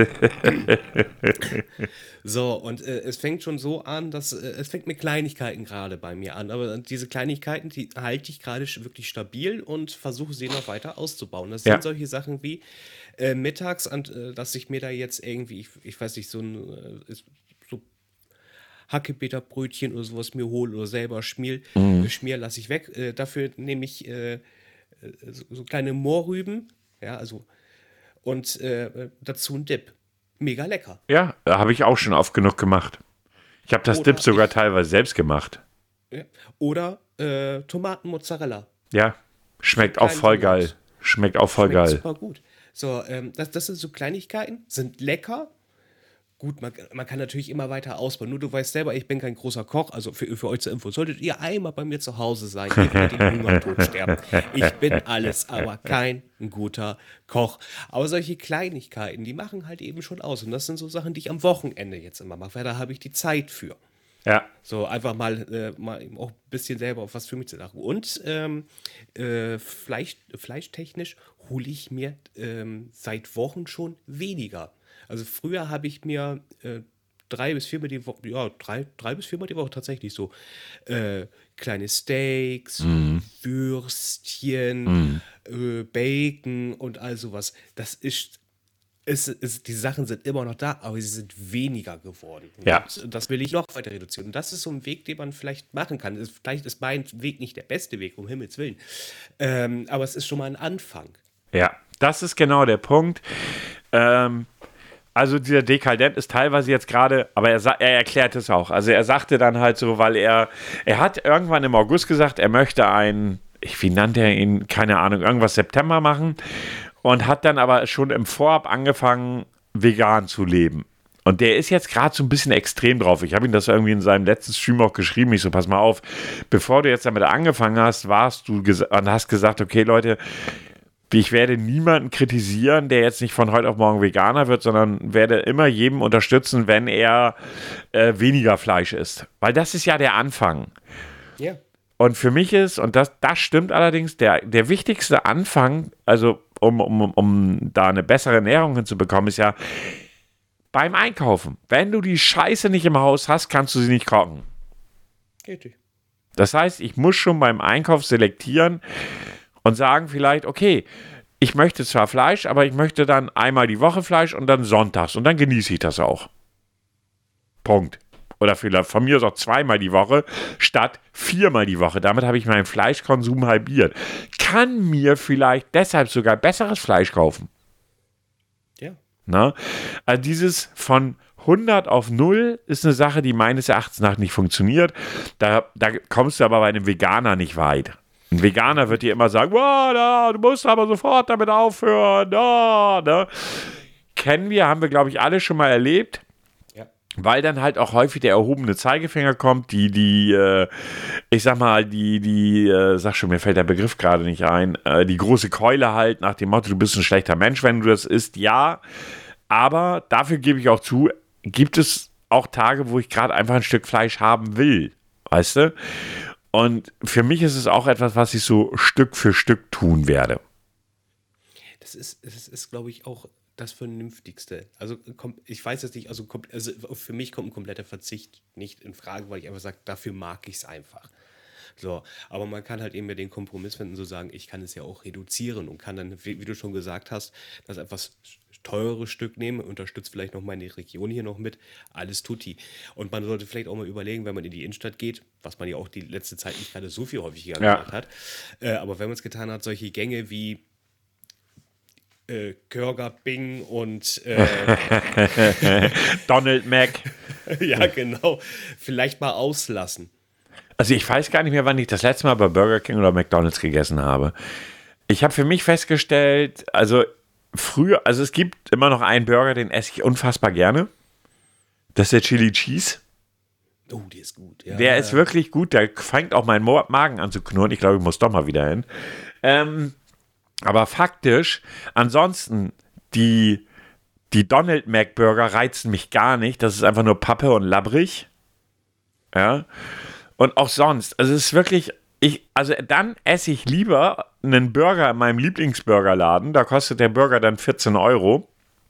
[SPEAKER 2] So, und äh, es fängt schon so an, dass äh, es fängt mit Kleinigkeiten gerade bei mir an. Aber diese Kleinigkeiten, die halte ich gerade sch- wirklich stabil und versuche sie noch weiter auszubauen. Das
[SPEAKER 1] Ja.
[SPEAKER 2] sind solche Sachen wie äh, mittags, an, äh, dass ich mir da jetzt irgendwie, ich, ich weiß nicht, so ein äh, ist, so Hackepeterbrötchen oder sowas mir hole oder selber schmier, äh, schmier lasse ich weg. Äh, dafür nehme ich äh, äh, so, so kleine Mohrrüben, ja, also und äh, dazu ein Dip. Mega lecker.
[SPEAKER 1] Ja, habe ich auch schon oft genug gemacht. Ich habe das Dip
[SPEAKER 2] Oder
[SPEAKER 1] sogar
[SPEAKER 2] ich,
[SPEAKER 1] teilweise selbst gemacht.
[SPEAKER 2] ja, oder äh, Tomatenmozzarella.
[SPEAKER 1] Ja,
[SPEAKER 2] So
[SPEAKER 1] schmeckt auch
[SPEAKER 2] kleine
[SPEAKER 1] voll geil.
[SPEAKER 2] Tomats.
[SPEAKER 1] Schmeckt auch voll
[SPEAKER 2] Schmeckt
[SPEAKER 1] geil.
[SPEAKER 2] super gut. So, ähm, das, das sind so Kleinigkeiten, sind lecker. Gut, man, man kann natürlich immer weiter ausbauen. Nur du weißt selber, ich bin kein großer Koch. Also für, für euch zur Info, solltet ihr einmal bei mir zu Hause sein, ihr werdet den Hungertod sterben. Ich bin alles, aber kein guter Koch. Aber solche Kleinigkeiten, die machen halt eben schon aus. Und das sind so Sachen, die ich am Wochenende jetzt immer mache, weil da habe ich die Zeit für.
[SPEAKER 1] Ja,
[SPEAKER 2] So einfach mal, äh, mal eben auch ein bisschen selber auf was für mich zu lachen. Und ähm, äh, Fleisch, fleischtechnisch hole ich mir ähm, seit Wochen schon weniger. Also früher habe ich mir äh, drei bis viermal die Woche, ja, drei, drei bis viermal die Woche tatsächlich so äh, kleine Steaks, Würstchen, äh, Bacon und all sowas. Das ist es, es, die Sachen sind immer noch da, aber sie sind weniger geworden.
[SPEAKER 1] Ja.
[SPEAKER 2] Und das will ich noch weiter reduzieren. Und das ist so ein Weg, den man vielleicht machen kann. Es- Vielleicht ist mein Weg nicht der beste Weg, um Himmels Willen. Ähm, aber es ist schon mal ein Anfang.
[SPEAKER 1] ja. Das ist genau der Punkt. Ähm, also dieser Dekadent ist teilweise jetzt gerade, aber er, sa- er erklärt es auch. Also er sagte dann halt so, weil er, er hat irgendwann im August gesagt, er möchte ein, ich, wie nannte er ihn, keine Ahnung, irgendwas September machen und hat dann aber schon im Vorab angefangen, vegan zu leben. Und der ist jetzt gerade so ein bisschen extrem drauf. Ich habe ihm das irgendwie in seinem letzten Stream auch geschrieben. Ich so, pass mal auf, bevor du jetzt damit angefangen hast, warst du ges- und hast gesagt, okay, Leute, ich werde niemanden kritisieren, der jetzt nicht von heute auf morgen Veganer wird, sondern werde immer jedem unterstützen, wenn er äh, weniger Fleisch isst. Weil das ist ja der Anfang.
[SPEAKER 2] Ja.
[SPEAKER 1] Und für mich ist, und das, das stimmt allerdings, der, der wichtigste Anfang, also um, um, um da eine bessere Ernährung hinzubekommen, ist ja beim Einkaufen. Wenn du die Scheiße nicht im Haus hast, kannst du sie nicht kochen.
[SPEAKER 2] Richtig.
[SPEAKER 1] Das heißt, ich muss schon beim Einkauf selektieren und sagen vielleicht, okay, ich möchte zwar Fleisch, aber ich möchte dann einmal die Woche Fleisch und dann sonntags und dann genieße ich das auch. Punkt. Oder vielleicht von mir aus auch zweimal die Woche statt viermal die Woche. Damit habe ich meinen Fleischkonsum halbiert. Kann mir vielleicht deshalb sogar besseres Fleisch kaufen.
[SPEAKER 2] Ja.
[SPEAKER 1] Na? Also dieses von hundert auf null ist eine Sache, die meines Erachtens nach nicht funktioniert. Da, da kommst du aber bei einem Veganer nicht weit. Ein Veganer wird dir immer sagen, wow, da, du musst aber sofort damit aufhören. Da, ne? Kennen wir, haben wir, glaube ich, alle schon mal erlebt.
[SPEAKER 2] Ja.
[SPEAKER 1] Weil dann halt auch häufig der erhobene Zeigefinger kommt, die, die, äh, ich sag mal, die, die, äh, sag schon, mir fällt der Begriff gerade nicht ein, äh, die große Keule halt nach dem Motto, du bist ein schlechter Mensch, wenn du das isst, ja. Aber dafür gebe ich auch zu, gibt es auch Tage, wo ich gerade einfach ein Stück Fleisch haben will, weißt du? Und für mich ist es auch etwas, was ich so Stück für Stück tun werde.
[SPEAKER 2] Das ist, das ist, glaube ich, auch das Vernünftigste. Also kom- ich weiß jetzt nicht, also, kom- also für mich kommt ein kompletter Verzicht nicht in Frage, weil ich einfach sage, dafür mag ich es einfach. So, aber man kann halt eben ja den Kompromiss finden, so sagen, ich kann es ja auch reduzieren und kann dann, wie, wie du schon gesagt hast, das etwas teure Stück nehmen, unterstützt vielleicht noch meine Region hier noch mit, alles tutti. Und man sollte vielleicht auch mal überlegen, wenn man in die Innenstadt geht, was man ja auch die letzte Zeit nicht gerade so viel häufiger
[SPEAKER 1] Ja.
[SPEAKER 2] gemacht hat, äh, aber wenn man es getan hat, solche Gänge wie äh, Burger, Bing und äh,
[SPEAKER 1] Donald Mac.
[SPEAKER 2] ja, genau, vielleicht mal auslassen.
[SPEAKER 1] Also ich weiß gar nicht mehr, wann ich das letzte Mal bei Burger King oder McDonald's gegessen habe. Ich habe für mich festgestellt, also früher, also es gibt immer noch einen Burger, den esse ich unfassbar gerne. Das ist der Chili Cheese.
[SPEAKER 2] Oh, die ist gut. Ja,
[SPEAKER 1] Der
[SPEAKER 2] ja.
[SPEAKER 1] ist wirklich gut, der fängt auch meinen Mo- Magen an zu knurren. Ich glaube, ich muss doch mal wieder hin. Ähm, aber faktisch, ansonsten, die Die Donald Mac Burger reizen mich gar nicht. Das ist einfach nur Pappe und labbrig. Ja. Und auch sonst. Also es ist wirklich, ich, also dann esse ich lieber einen Burger in meinem Lieblingsburgerladen. Da kostet der Burger dann vierzehn Euro.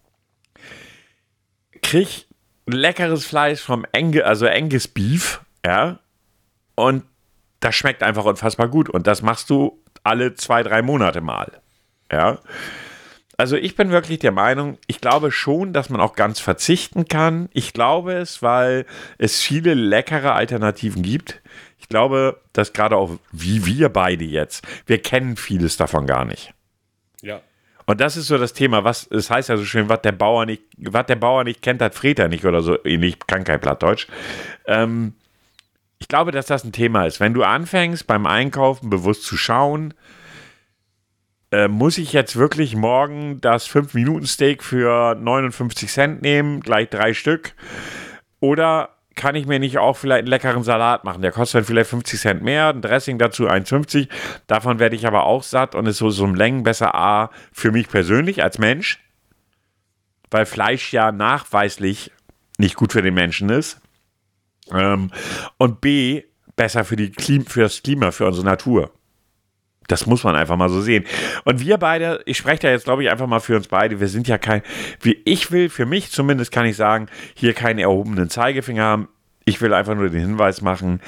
[SPEAKER 1] Krieg leckeres Fleisch vom Angus, also Angus Beef. Ja. Und das schmeckt einfach unfassbar gut. Und das machst du alle zwei, drei Monate mal. Ja. Also ich bin wirklich der Meinung, ich glaube schon, dass man auch ganz verzichten kann. Ich glaube es, weil es viele leckere Alternativen gibt. Ich glaube, dass gerade auch wie wir beide jetzt, wir kennen vieles davon gar nicht.
[SPEAKER 2] Ja.
[SPEAKER 1] Und das ist so das Thema, was, es heißt ja so schön, was der Bauer nicht, was der Bauer nicht kennt, hat frägt er nicht oder so, ich kann kein Plattdeutsch. Ähm, ich glaube, dass das ein Thema ist. Wenn du anfängst, beim Einkaufen bewusst zu schauen, Äh, muss ich jetzt wirklich morgen das fünf Minuten Steak für neunundfünfzig Cent nehmen, gleich drei Stück? Oder kann ich mir nicht auch vielleicht einen leckeren Salat machen? Der kostet dann vielleicht fünfzig Cent mehr, ein Dressing dazu eins fünfzig. Davon werde ich aber auch satt und ist so, so um Längen besser A, für mich persönlich als Mensch, weil Fleisch ja nachweislich nicht gut für den Menschen ist. Ähm, und B, besser für, die Klim- für das Klima, für unsere Natur. Das muss man einfach mal so sehen. Und wir beide, ich spreche da jetzt, glaube ich, einfach mal für uns beide, wir sind ja kein, wie ich will, für mich zumindest kann ich sagen, hier keinen erhobenen Zeigefinger haben. Ich will einfach nur den Hinweis machen,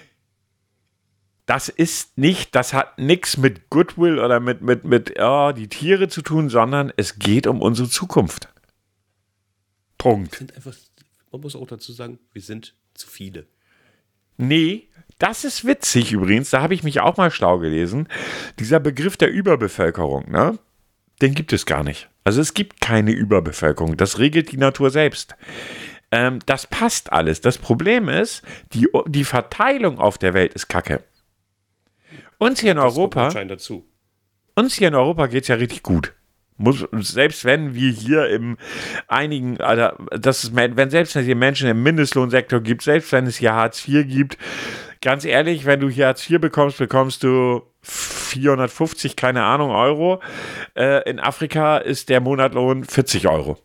[SPEAKER 1] das ist nicht, das hat nichts mit Goodwill oder mit, mit, mit oh, die Tiere zu tun, sondern es geht um unsere Zukunft. Punkt.
[SPEAKER 2] Wir sind einfach, man muss auch dazu sagen, wir sind zu viele.
[SPEAKER 1] Nee, das ist witzig übrigens, da habe ich mich auch mal schlau gelesen. Dieser Begriff der Überbevölkerung, ne? Den gibt es gar nicht. Also es gibt keine Überbevölkerung, das regelt die Natur selbst. Ähm, das passt alles. Das Problem ist, die, die Verteilung auf der Welt ist kacke. Uns hier in Europa,
[SPEAKER 2] dazu.
[SPEAKER 1] uns hier in Europa geht es ja richtig gut. Muss, selbst wenn wir hier im einigen, also das ist, wenn selbst wenn es hier Menschen im Mindestlohnsektor gibt, selbst wenn es hier Hartz vier gibt, ganz ehrlich, wenn du hier Hartz vier bekommst, bekommst du vierhundertfünfzig, keine Ahnung, Euro. Äh, in Afrika ist der Monatlohn vierzig Euro.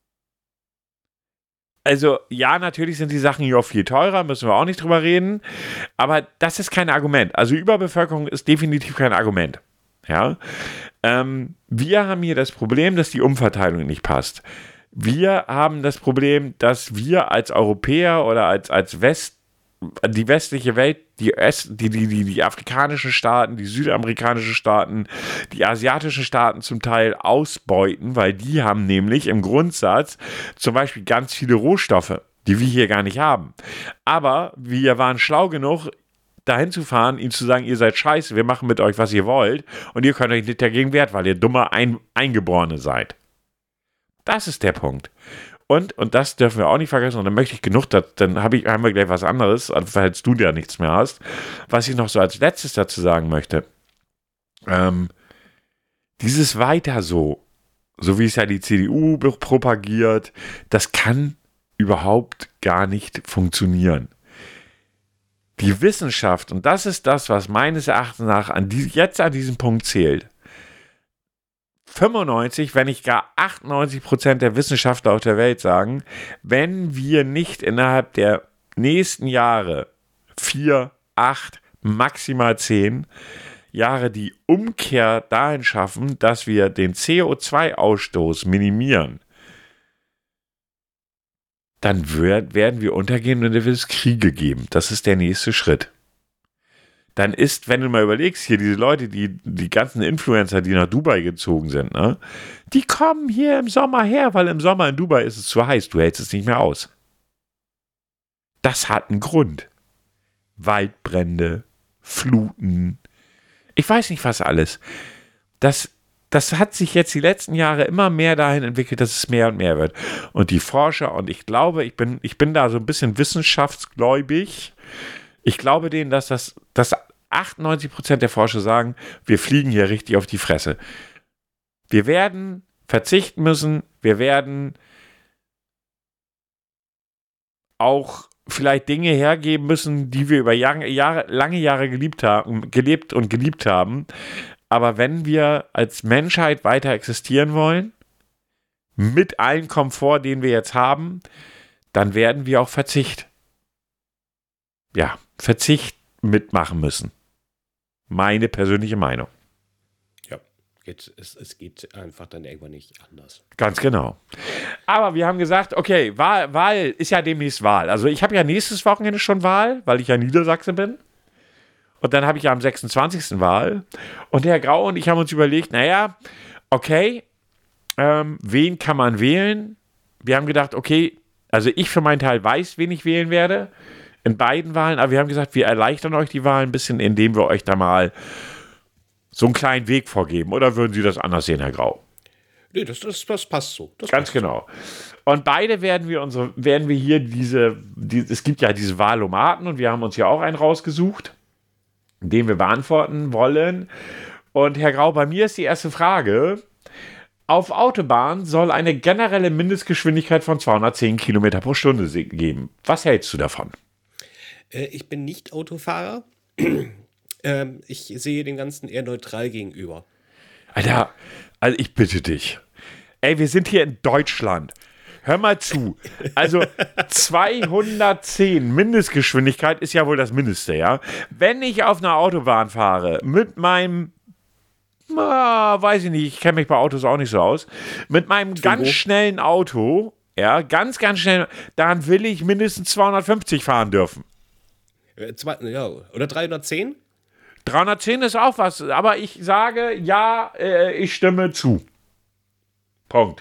[SPEAKER 1] Also ja, natürlich sind die Sachen hier auch viel teurer, müssen wir auch nicht drüber reden, aber das ist kein Argument. Also Überbevölkerung ist definitiv kein Argument. Ja, ähm, wir haben hier das Problem, dass die Umverteilung nicht passt. Wir haben das Problem, dass wir als Europäer oder als, als West, die westliche Welt, die, die, die, die, die afrikanischen Staaten, die südamerikanischen Staaten, die asiatischen Staaten zum Teil ausbeuten, weil die haben nämlich im Grundsatz zum Beispiel ganz viele Rohstoffe, die wir hier gar nicht haben. Aber wir waren schlau genug, dahin zu fahren, ihnen zu sagen, ihr seid scheiße, wir machen mit euch, was ihr wollt und ihr könnt euch nicht dagegen wehren, weil ihr dumme Ein- Eingeborene seid. Das ist der Punkt. Und, und das dürfen wir auch nicht vergessen, und dann möchte ich genug, das, dann hab ich, haben wir gleich was anderes, falls du ja nichts mehr hast, was ich noch so als letztes dazu sagen möchte. Ähm, dieses Weiter so, so wie es ja die C D U propagiert, das kann überhaupt gar nicht funktionieren. Die Wissenschaft, und das ist das, was meines Erachtens nach an die, jetzt an diesem Punkt zählt, fünfundneunzig, wenn nicht gar achtundneunzig Prozent der Wissenschaftler auf der Welt sagen, wenn wir nicht innerhalb der nächsten Jahre, vier, acht, maximal zehn Jahre die Umkehr dahin schaffen, dass wir den C O zwei Ausstoß minimieren, dann wird, werden wir untergehen und dann wird es Kriege geben. Das ist der nächste Schritt. Dann ist, wenn du mal überlegst, hier diese Leute, die, die ganzen Influencer, die nach Dubai gezogen sind, ne, die kommen hier im Sommer her, weil im Sommer in Dubai ist es zu heiß, du hältst es nicht mehr aus. Das hat einen Grund. Waldbrände, Fluten, ich weiß nicht was alles. Das Das hat sich jetzt die letzten Jahre immer mehr dahin entwickelt, dass es mehr und mehr wird. Und die Forscher, und ich glaube, ich bin, ich bin da so ein bisschen wissenschaftsgläubig. Ich glaube denen, dass das, dass achtundneunzig Prozent der Forscher sagen, wir fliegen hier richtig auf die Fresse. Wir werden verzichten müssen, wir werden auch vielleicht Dinge hergeben müssen, die wir über Jahre, Jahre, lange Jahre geliebt haben, gelebt und geliebt haben. Aber wenn wir als Menschheit weiter existieren wollen, mit allem Komfort, den wir jetzt haben, dann werden wir auch Verzicht. Ja, Verzicht mitmachen müssen. Meine persönliche Meinung.
[SPEAKER 2] Ja, geht, es, es geht einfach dann irgendwann nicht anders.
[SPEAKER 1] Ganz genau. Aber wir haben gesagt, okay, Wahl, Wahl ist ja demnächst Wahl. Also ich habe ja nächstes Wochenende schon Wahl, weil ich ja Niedersachse bin. Und dann habe ich ja am sechsundzwanzigsten Wahl. Und der Herr Grau und ich haben uns überlegt, naja, okay, ähm, wen kann man wählen? Wir haben gedacht, okay, also ich für meinen Teil weiß, wen ich wählen werde. In beiden Wahlen, aber wir haben gesagt, wir erleichtern euch die Wahl ein bisschen, indem wir euch da mal so einen kleinen Weg vorgeben. Oder würden Sie das anders sehen, Herr Grau?
[SPEAKER 2] Nee, das, das, das passt so. Das
[SPEAKER 1] Ganz
[SPEAKER 2] passt
[SPEAKER 1] genau. Und beide werden wir unsere, werden wir hier diese, die, es gibt ja diese Wahlomaten und wir haben uns ja auch einen rausgesucht, den wir beantworten wollen. Und Herr Grau, bei mir ist die erste Frage: Auf Autobahn soll eine generelle Mindestgeschwindigkeit von zweihundertzehn Kilometer pro Stunde geben. Was hältst du davon?
[SPEAKER 2] Äh, ich bin nicht Autofahrer. ähm, ich sehe dem Ganzen eher neutral gegenüber.
[SPEAKER 1] Alter, also ich bitte dich. Ey, wir sind hier in Deutschland. Hör mal zu. Also zweihundertzehn Mindestgeschwindigkeit ist ja wohl das Mindeste, ja? Wenn ich auf einer Autobahn fahre mit meinem, ah, weiß ich nicht, ich kenne mich bei Autos auch nicht so aus, mit meinem
[SPEAKER 2] Turbo.
[SPEAKER 1] ganz schnellen Auto, ja, ganz, ganz schnell, dann will ich mindestens zweihundertfünfzig fahren dürfen.
[SPEAKER 2] Äh, zwei, ja, oder dreihundertzehn?
[SPEAKER 1] dreihundertzehn ist auch was, aber ich sage, ja, äh, ich stimme zu. Punkt.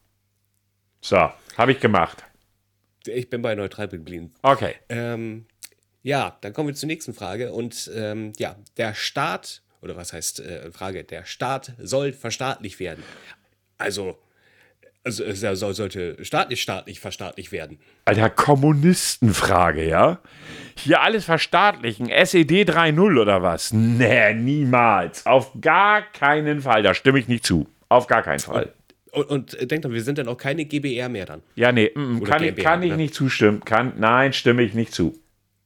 [SPEAKER 1] So, habe ich gemacht.
[SPEAKER 2] Ich bin bei neutral geblieben.
[SPEAKER 1] Okay.
[SPEAKER 2] Ähm, ja, dann kommen wir zur nächsten Frage. Und ähm, ja, der Staat, oder was heißt äh, Frage, der Staat soll verstaatlicht werden. Also, also es soll, sollte staatlich staatlich verstaatlicht werden.
[SPEAKER 1] Alter, Kommunistenfrage, ja? Hier alles verstaatlichen, S E D drei Punkt null oder was? Nee, niemals. Auf gar keinen Fall. Da stimme ich nicht zu. Auf gar keinen Fall.
[SPEAKER 2] Und, und äh, denkt doch, wir sind dann auch keine G B R mehr dann.
[SPEAKER 1] Ja, nee, mm,
[SPEAKER 2] Oder
[SPEAKER 1] kann, ich,
[SPEAKER 2] GmbH,
[SPEAKER 1] kann ich
[SPEAKER 2] ne?
[SPEAKER 1] nicht zustimmen. Kann, nein, stimme ich nicht zu.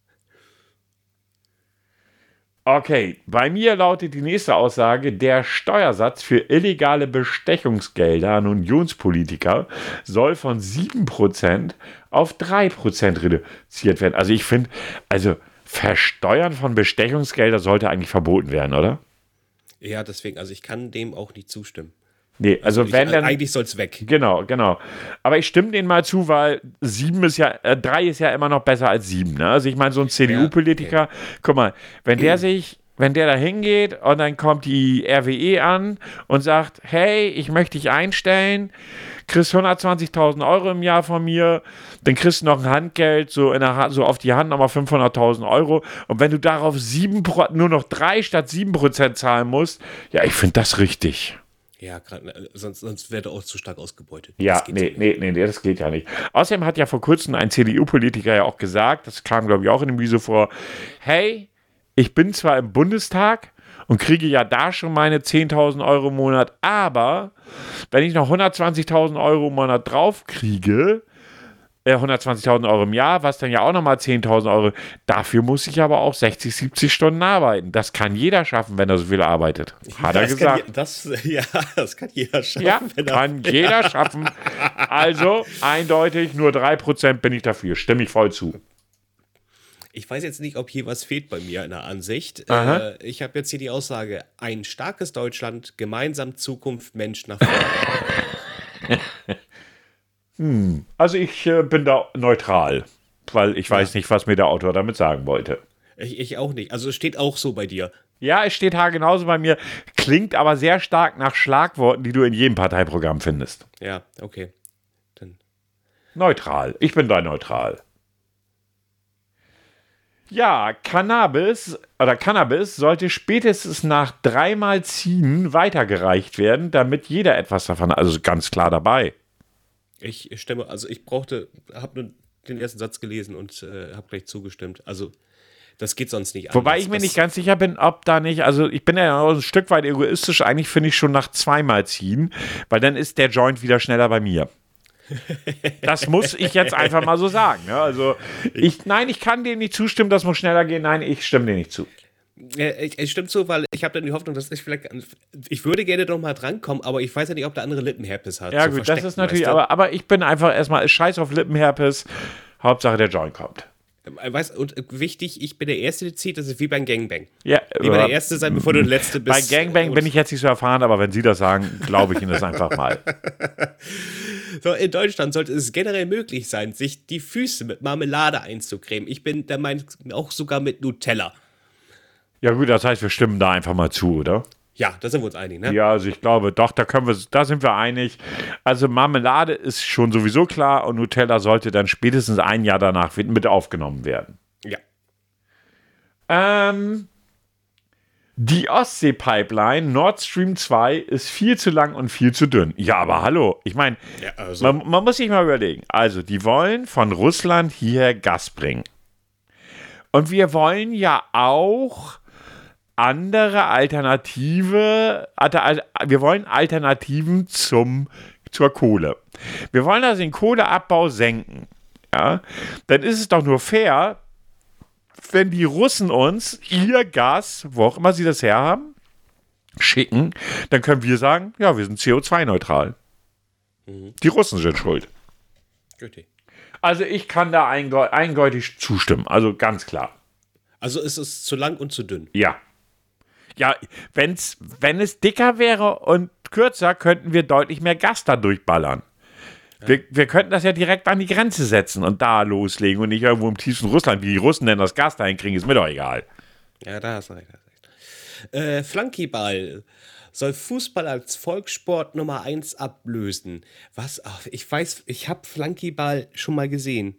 [SPEAKER 1] Okay, bei mir lautet die nächste Aussage: Der Steuersatz für illegale Bestechungsgelder an Unionspolitiker soll von sieben Prozent auf drei Prozent reduziert werden. Also ich finde, also Versteuern von Bestechungsgelder sollte eigentlich verboten werden, oder?
[SPEAKER 2] Ja, deswegen, also ich kann dem auch nicht zustimmen.
[SPEAKER 1] Nee, also,
[SPEAKER 2] ich,
[SPEAKER 1] wenn dann...
[SPEAKER 2] Eigentlich soll es weg.
[SPEAKER 1] Genau, genau. Aber ich stimme denen mal zu, weil sieben ist ja, äh, drei ist ja immer noch besser als sieben. Ne? Also ich meine, so ein C D U-Politiker,
[SPEAKER 2] Ja, okay.
[SPEAKER 1] guck mal, wenn der sich, wenn der da hingeht und dann kommt die R W E an und sagt, hey, ich möchte dich einstellen, kriegst hundertzwanzigtausend Euro im Jahr von mir, dann kriegst du noch ein Handgeld, so, in der, so auf die Hand nochmal fünfhunderttausend Euro. Und wenn du darauf sieben, nur noch drei statt sieben Prozent zahlen musst, ja, ich finde das richtig.
[SPEAKER 2] Ja, grad, sonst, sonst wäre er auch zu stark ausgebeutet.
[SPEAKER 1] Ja, nee, so nee, nee, nee, das geht ja nicht. Außerdem hat ja vor kurzem ein C D U-Politiker ja auch gesagt, das kam, glaube ich, auch in dem Video vor, hey, ich bin zwar im Bundestag und kriege ja da schon meine zehntausend Euro im Monat, aber wenn ich noch hundertzwanzigtausend Euro im Monat drauf kriege, äh, hundertzwanzigtausend Euro im Jahr, was dann ja auch nochmal zehntausend Euro, dafür muss ich aber auch sechzig, siebzig Stunden arbeiten. Das kann jeder schaffen, wenn er so viel arbeitet. Hat
[SPEAKER 2] das
[SPEAKER 1] er gesagt.
[SPEAKER 2] Kann, das, ja, das kann jeder schaffen.
[SPEAKER 1] Ja,
[SPEAKER 2] wenn er,
[SPEAKER 1] kann jeder schaffen. Also eindeutig, nur drei Prozent bin ich dafür. Stimme ich voll zu.
[SPEAKER 2] Ich weiß jetzt nicht, ob hier was fehlt bei mir in der Ansicht.
[SPEAKER 1] Aha.
[SPEAKER 2] Äh, ich habe jetzt hier die Aussage: Ein starkes Deutschland, gemeinsam Zukunft, Mensch nach vorne.
[SPEAKER 1] hm. Also ich äh, bin da neutral, weil ich weiß ja. nicht, was mir der Autor damit sagen wollte.
[SPEAKER 2] Ich, ich auch nicht. Also es steht auch so bei dir.
[SPEAKER 1] Ja, es steht ha genauso bei mir, klingt aber sehr stark nach Schlagworten, die du in jedem Parteiprogramm findest.
[SPEAKER 2] Ja, okay. Dann.
[SPEAKER 1] Neutral. Ich bin da neutral. Ja, Cannabis oder Cannabis sollte spätestens nach dreimal Ziehen weitergereicht werden, damit jeder etwas davon hat. Also ganz klar dabei.
[SPEAKER 2] Ich stimme, also ich brauchte, habe nur den ersten Satz gelesen und äh, habe gleich zugestimmt. Also das geht sonst nicht anders.
[SPEAKER 1] Wobei ich mir
[SPEAKER 2] das
[SPEAKER 1] nicht ganz sicher bin, ob da nicht, also ich bin ja auch ein Stück weit egoistisch, eigentlich finde ich schon nach zweimal Ziehen, weil dann ist der Joint wieder schneller bei mir. Das muss ich jetzt einfach mal so sagen. Ne? Also ich, nein, ich kann dem nicht zustimmen, das muss schneller gehen. Nein, ich stimme dir nicht zu.
[SPEAKER 2] Äh, Es stimmt so, weil ich habe dann die Hoffnung, dass ich vielleicht. Ich würde gerne noch mal drankommen, aber ich weiß ja nicht, ob der andere Lippenherpes hat.
[SPEAKER 1] Ja,
[SPEAKER 2] so
[SPEAKER 1] gut, das
[SPEAKER 2] versteckt,
[SPEAKER 1] ist natürlich,
[SPEAKER 2] weißt du?
[SPEAKER 1] aber, aber ich bin einfach erstmal scheiß auf Lippenherpes. Hauptsache der Joint kommt.
[SPEAKER 2] Äh, Weißt, und äh, wichtig, ich bin der Erste, der zieht, das ist wie beim Gangbang.
[SPEAKER 1] Ja,
[SPEAKER 2] Lieber der
[SPEAKER 1] äh,
[SPEAKER 2] Erste sein, bevor du der Letzte
[SPEAKER 1] bei
[SPEAKER 2] bist.
[SPEAKER 1] Gangbang bin ich jetzt nicht so erfahren, aber wenn Sie das sagen, glaube ich Ihnen das einfach mal.
[SPEAKER 2] So, in Deutschland sollte es generell möglich sein, sich die Füße mit Marmelade einzucremen. Ich bin der Meinung, auch sogar mit Nutella.
[SPEAKER 1] Ja gut, das heißt, wir stimmen da einfach mal zu, oder?
[SPEAKER 2] Ja, da sind wir uns einig, ne?
[SPEAKER 1] Ja, also ich glaube, doch, da können wir, da sind wir einig. Also Marmelade ist schon sowieso klar und Nutella sollte dann spätestens ein Jahr danach mit aufgenommen werden.
[SPEAKER 2] Ja.
[SPEAKER 1] Ähm, die Ostsee-Pipeline Nord Stream zwei ist viel zu lang und viel zu dünn. Ja, aber hallo, ich meine,
[SPEAKER 2] Ja, also.
[SPEAKER 1] man, man muss sich mal überlegen. Also, die wollen von Russland hier Gas bringen. Und wir wollen ja auch andere Alternative, alter- wir wollen Alternativen zum, zur Kohle. Wir wollen also den Kohleabbau senken. Ja? Dann ist es doch nur fair, wenn die Russen uns ihr Gas, wo auch immer sie das herhaben, schicken, dann können wir sagen, ja, wir sind C O zwei neutral. Die Russen sind schuld.
[SPEAKER 2] Richtig.
[SPEAKER 1] Also ich kann da eindeu- eindeutig zustimmen, also ganz klar.
[SPEAKER 2] Also es ist zu lang und zu dünn.
[SPEAKER 1] Ja. Ja, wenn's, wenn es dicker wäre und kürzer, könnten wir deutlich mehr Gas da durchballern. Ja. Wir, wir könnten das ja direkt an die Grenze setzen und da loslegen und nicht irgendwo im tiefsten Russland, wie die Russen denn das Gas dahin kriegen, ist mir doch egal.
[SPEAKER 2] Ja, da hast du recht. Da hast du recht. Äh, Flunkyball soll Fußball als Volkssport Nummer eins ablösen. Was? Ach, ich weiß, ich habe Flunkyball schon mal gesehen.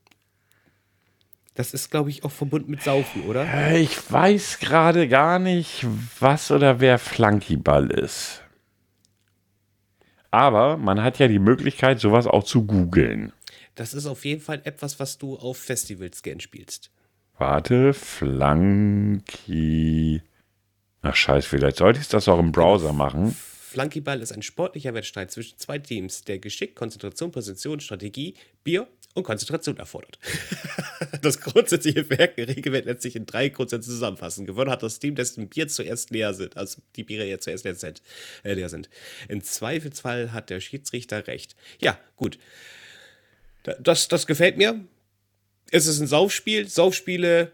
[SPEAKER 2] Das ist, glaube ich, auch verbunden mit Saufen, oder?
[SPEAKER 1] Ich weiß gerade gar nicht, was oder wer Flunkyball ist. Aber man hat ja die Möglichkeit, sowas auch zu googeln.
[SPEAKER 2] Das ist auf jeden Fall etwas, was du auf Festivals gern spielst.
[SPEAKER 1] Warte, Flunky. Ach scheiße, vielleicht sollte ich das auch im Browser machen.
[SPEAKER 2] Flunkyball ist ein sportlicher Wettstreit zwischen zwei Teams, der Geschick, Konzentration, Präzision, Strategie, Bier und Konzentration erfordert. Das grundsätzliche Regelwerk lässt sich in drei Grundsätze zusammenfassen. Gewonnen hat das Team, dessen Bier zuerst leer sind, also die Biere ja zuerst leer sind. Äh, leer sind. Im Zweifelsfall hat der Schiedsrichter recht. Ja, gut. Da- Das, das gefällt mir. Es ist ein Saufspiel. Saufspiele.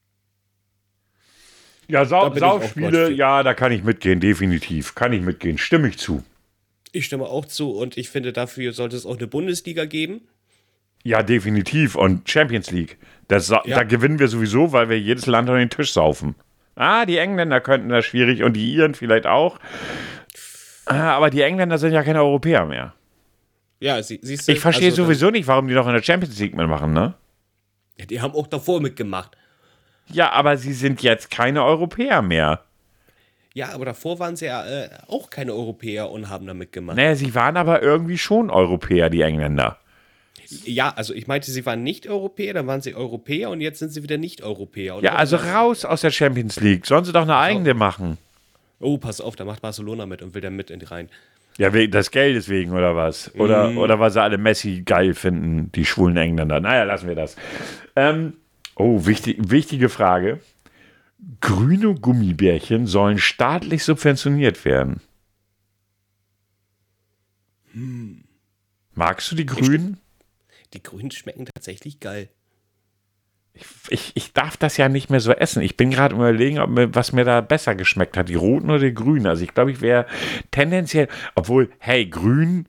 [SPEAKER 1] Ja,
[SPEAKER 2] Da
[SPEAKER 1] Sau
[SPEAKER 2] bin ich auch
[SPEAKER 1] Saufspiele,
[SPEAKER 2] Gott für.
[SPEAKER 1] ja, da kann ich mitgehen, definitiv. Kann ich mitgehen, stimme ich zu.
[SPEAKER 2] Ich stimme auch zu und ich finde, dafür sollte es auch eine Bundesliga geben.
[SPEAKER 1] Ja, definitiv. Und Champions League. Das, sa-
[SPEAKER 2] Ja.
[SPEAKER 1] Da gewinnen wir sowieso, weil wir jedes Land an den Tisch saufen. Ah, die Engländer könnten das schwierig und die Iren vielleicht auch. Ah, aber die Engländer sind ja keine Europäer mehr.
[SPEAKER 2] Ja, sie, siehst du.
[SPEAKER 1] Ich verstehe
[SPEAKER 2] also dann-
[SPEAKER 1] sowieso nicht, warum die noch in der Champions League mitmachen, ne?
[SPEAKER 2] Ja, die haben auch davor mitgemacht.
[SPEAKER 1] Ja, aber sie sind jetzt keine Europäer mehr.
[SPEAKER 2] Ja, aber davor waren sie ja äh, auch keine Europäer und haben da mitgemacht.
[SPEAKER 1] Naja, sie waren aber irgendwie schon Europäer, die Engländer.
[SPEAKER 2] Ja, also ich meinte, sie waren nicht Europäer, dann waren sie Europäer und jetzt sind sie wieder nicht Europäer. Und
[SPEAKER 1] Ja,
[SPEAKER 2] dann-
[SPEAKER 1] also raus aus der Champions League. Sollen sie doch eine eigene machen.
[SPEAKER 2] Oh, pass auf, da macht Barcelona mit und will dann mit in die rein.
[SPEAKER 1] Ja, wegen des Geldes wegen oder was? Oder,
[SPEAKER 2] Mhm.
[SPEAKER 1] oder weil sie alle Messi geil finden, die schwulen Engländer. Naja, lassen wir das. Ähm, oh, wichtig, wichtige Frage. Grüne Gummibärchen sollen staatlich subventioniert werden. Magst du die Grünen?
[SPEAKER 2] Die Grünen schmecken tatsächlich geil.
[SPEAKER 1] Ich, ich darf das ja nicht mehr so essen. Ich bin gerade überlegen, ob mir, was mir da besser geschmeckt hat, die roten oder die grünen. Also ich glaube, ich wäre tendenziell, obwohl, hey, grün,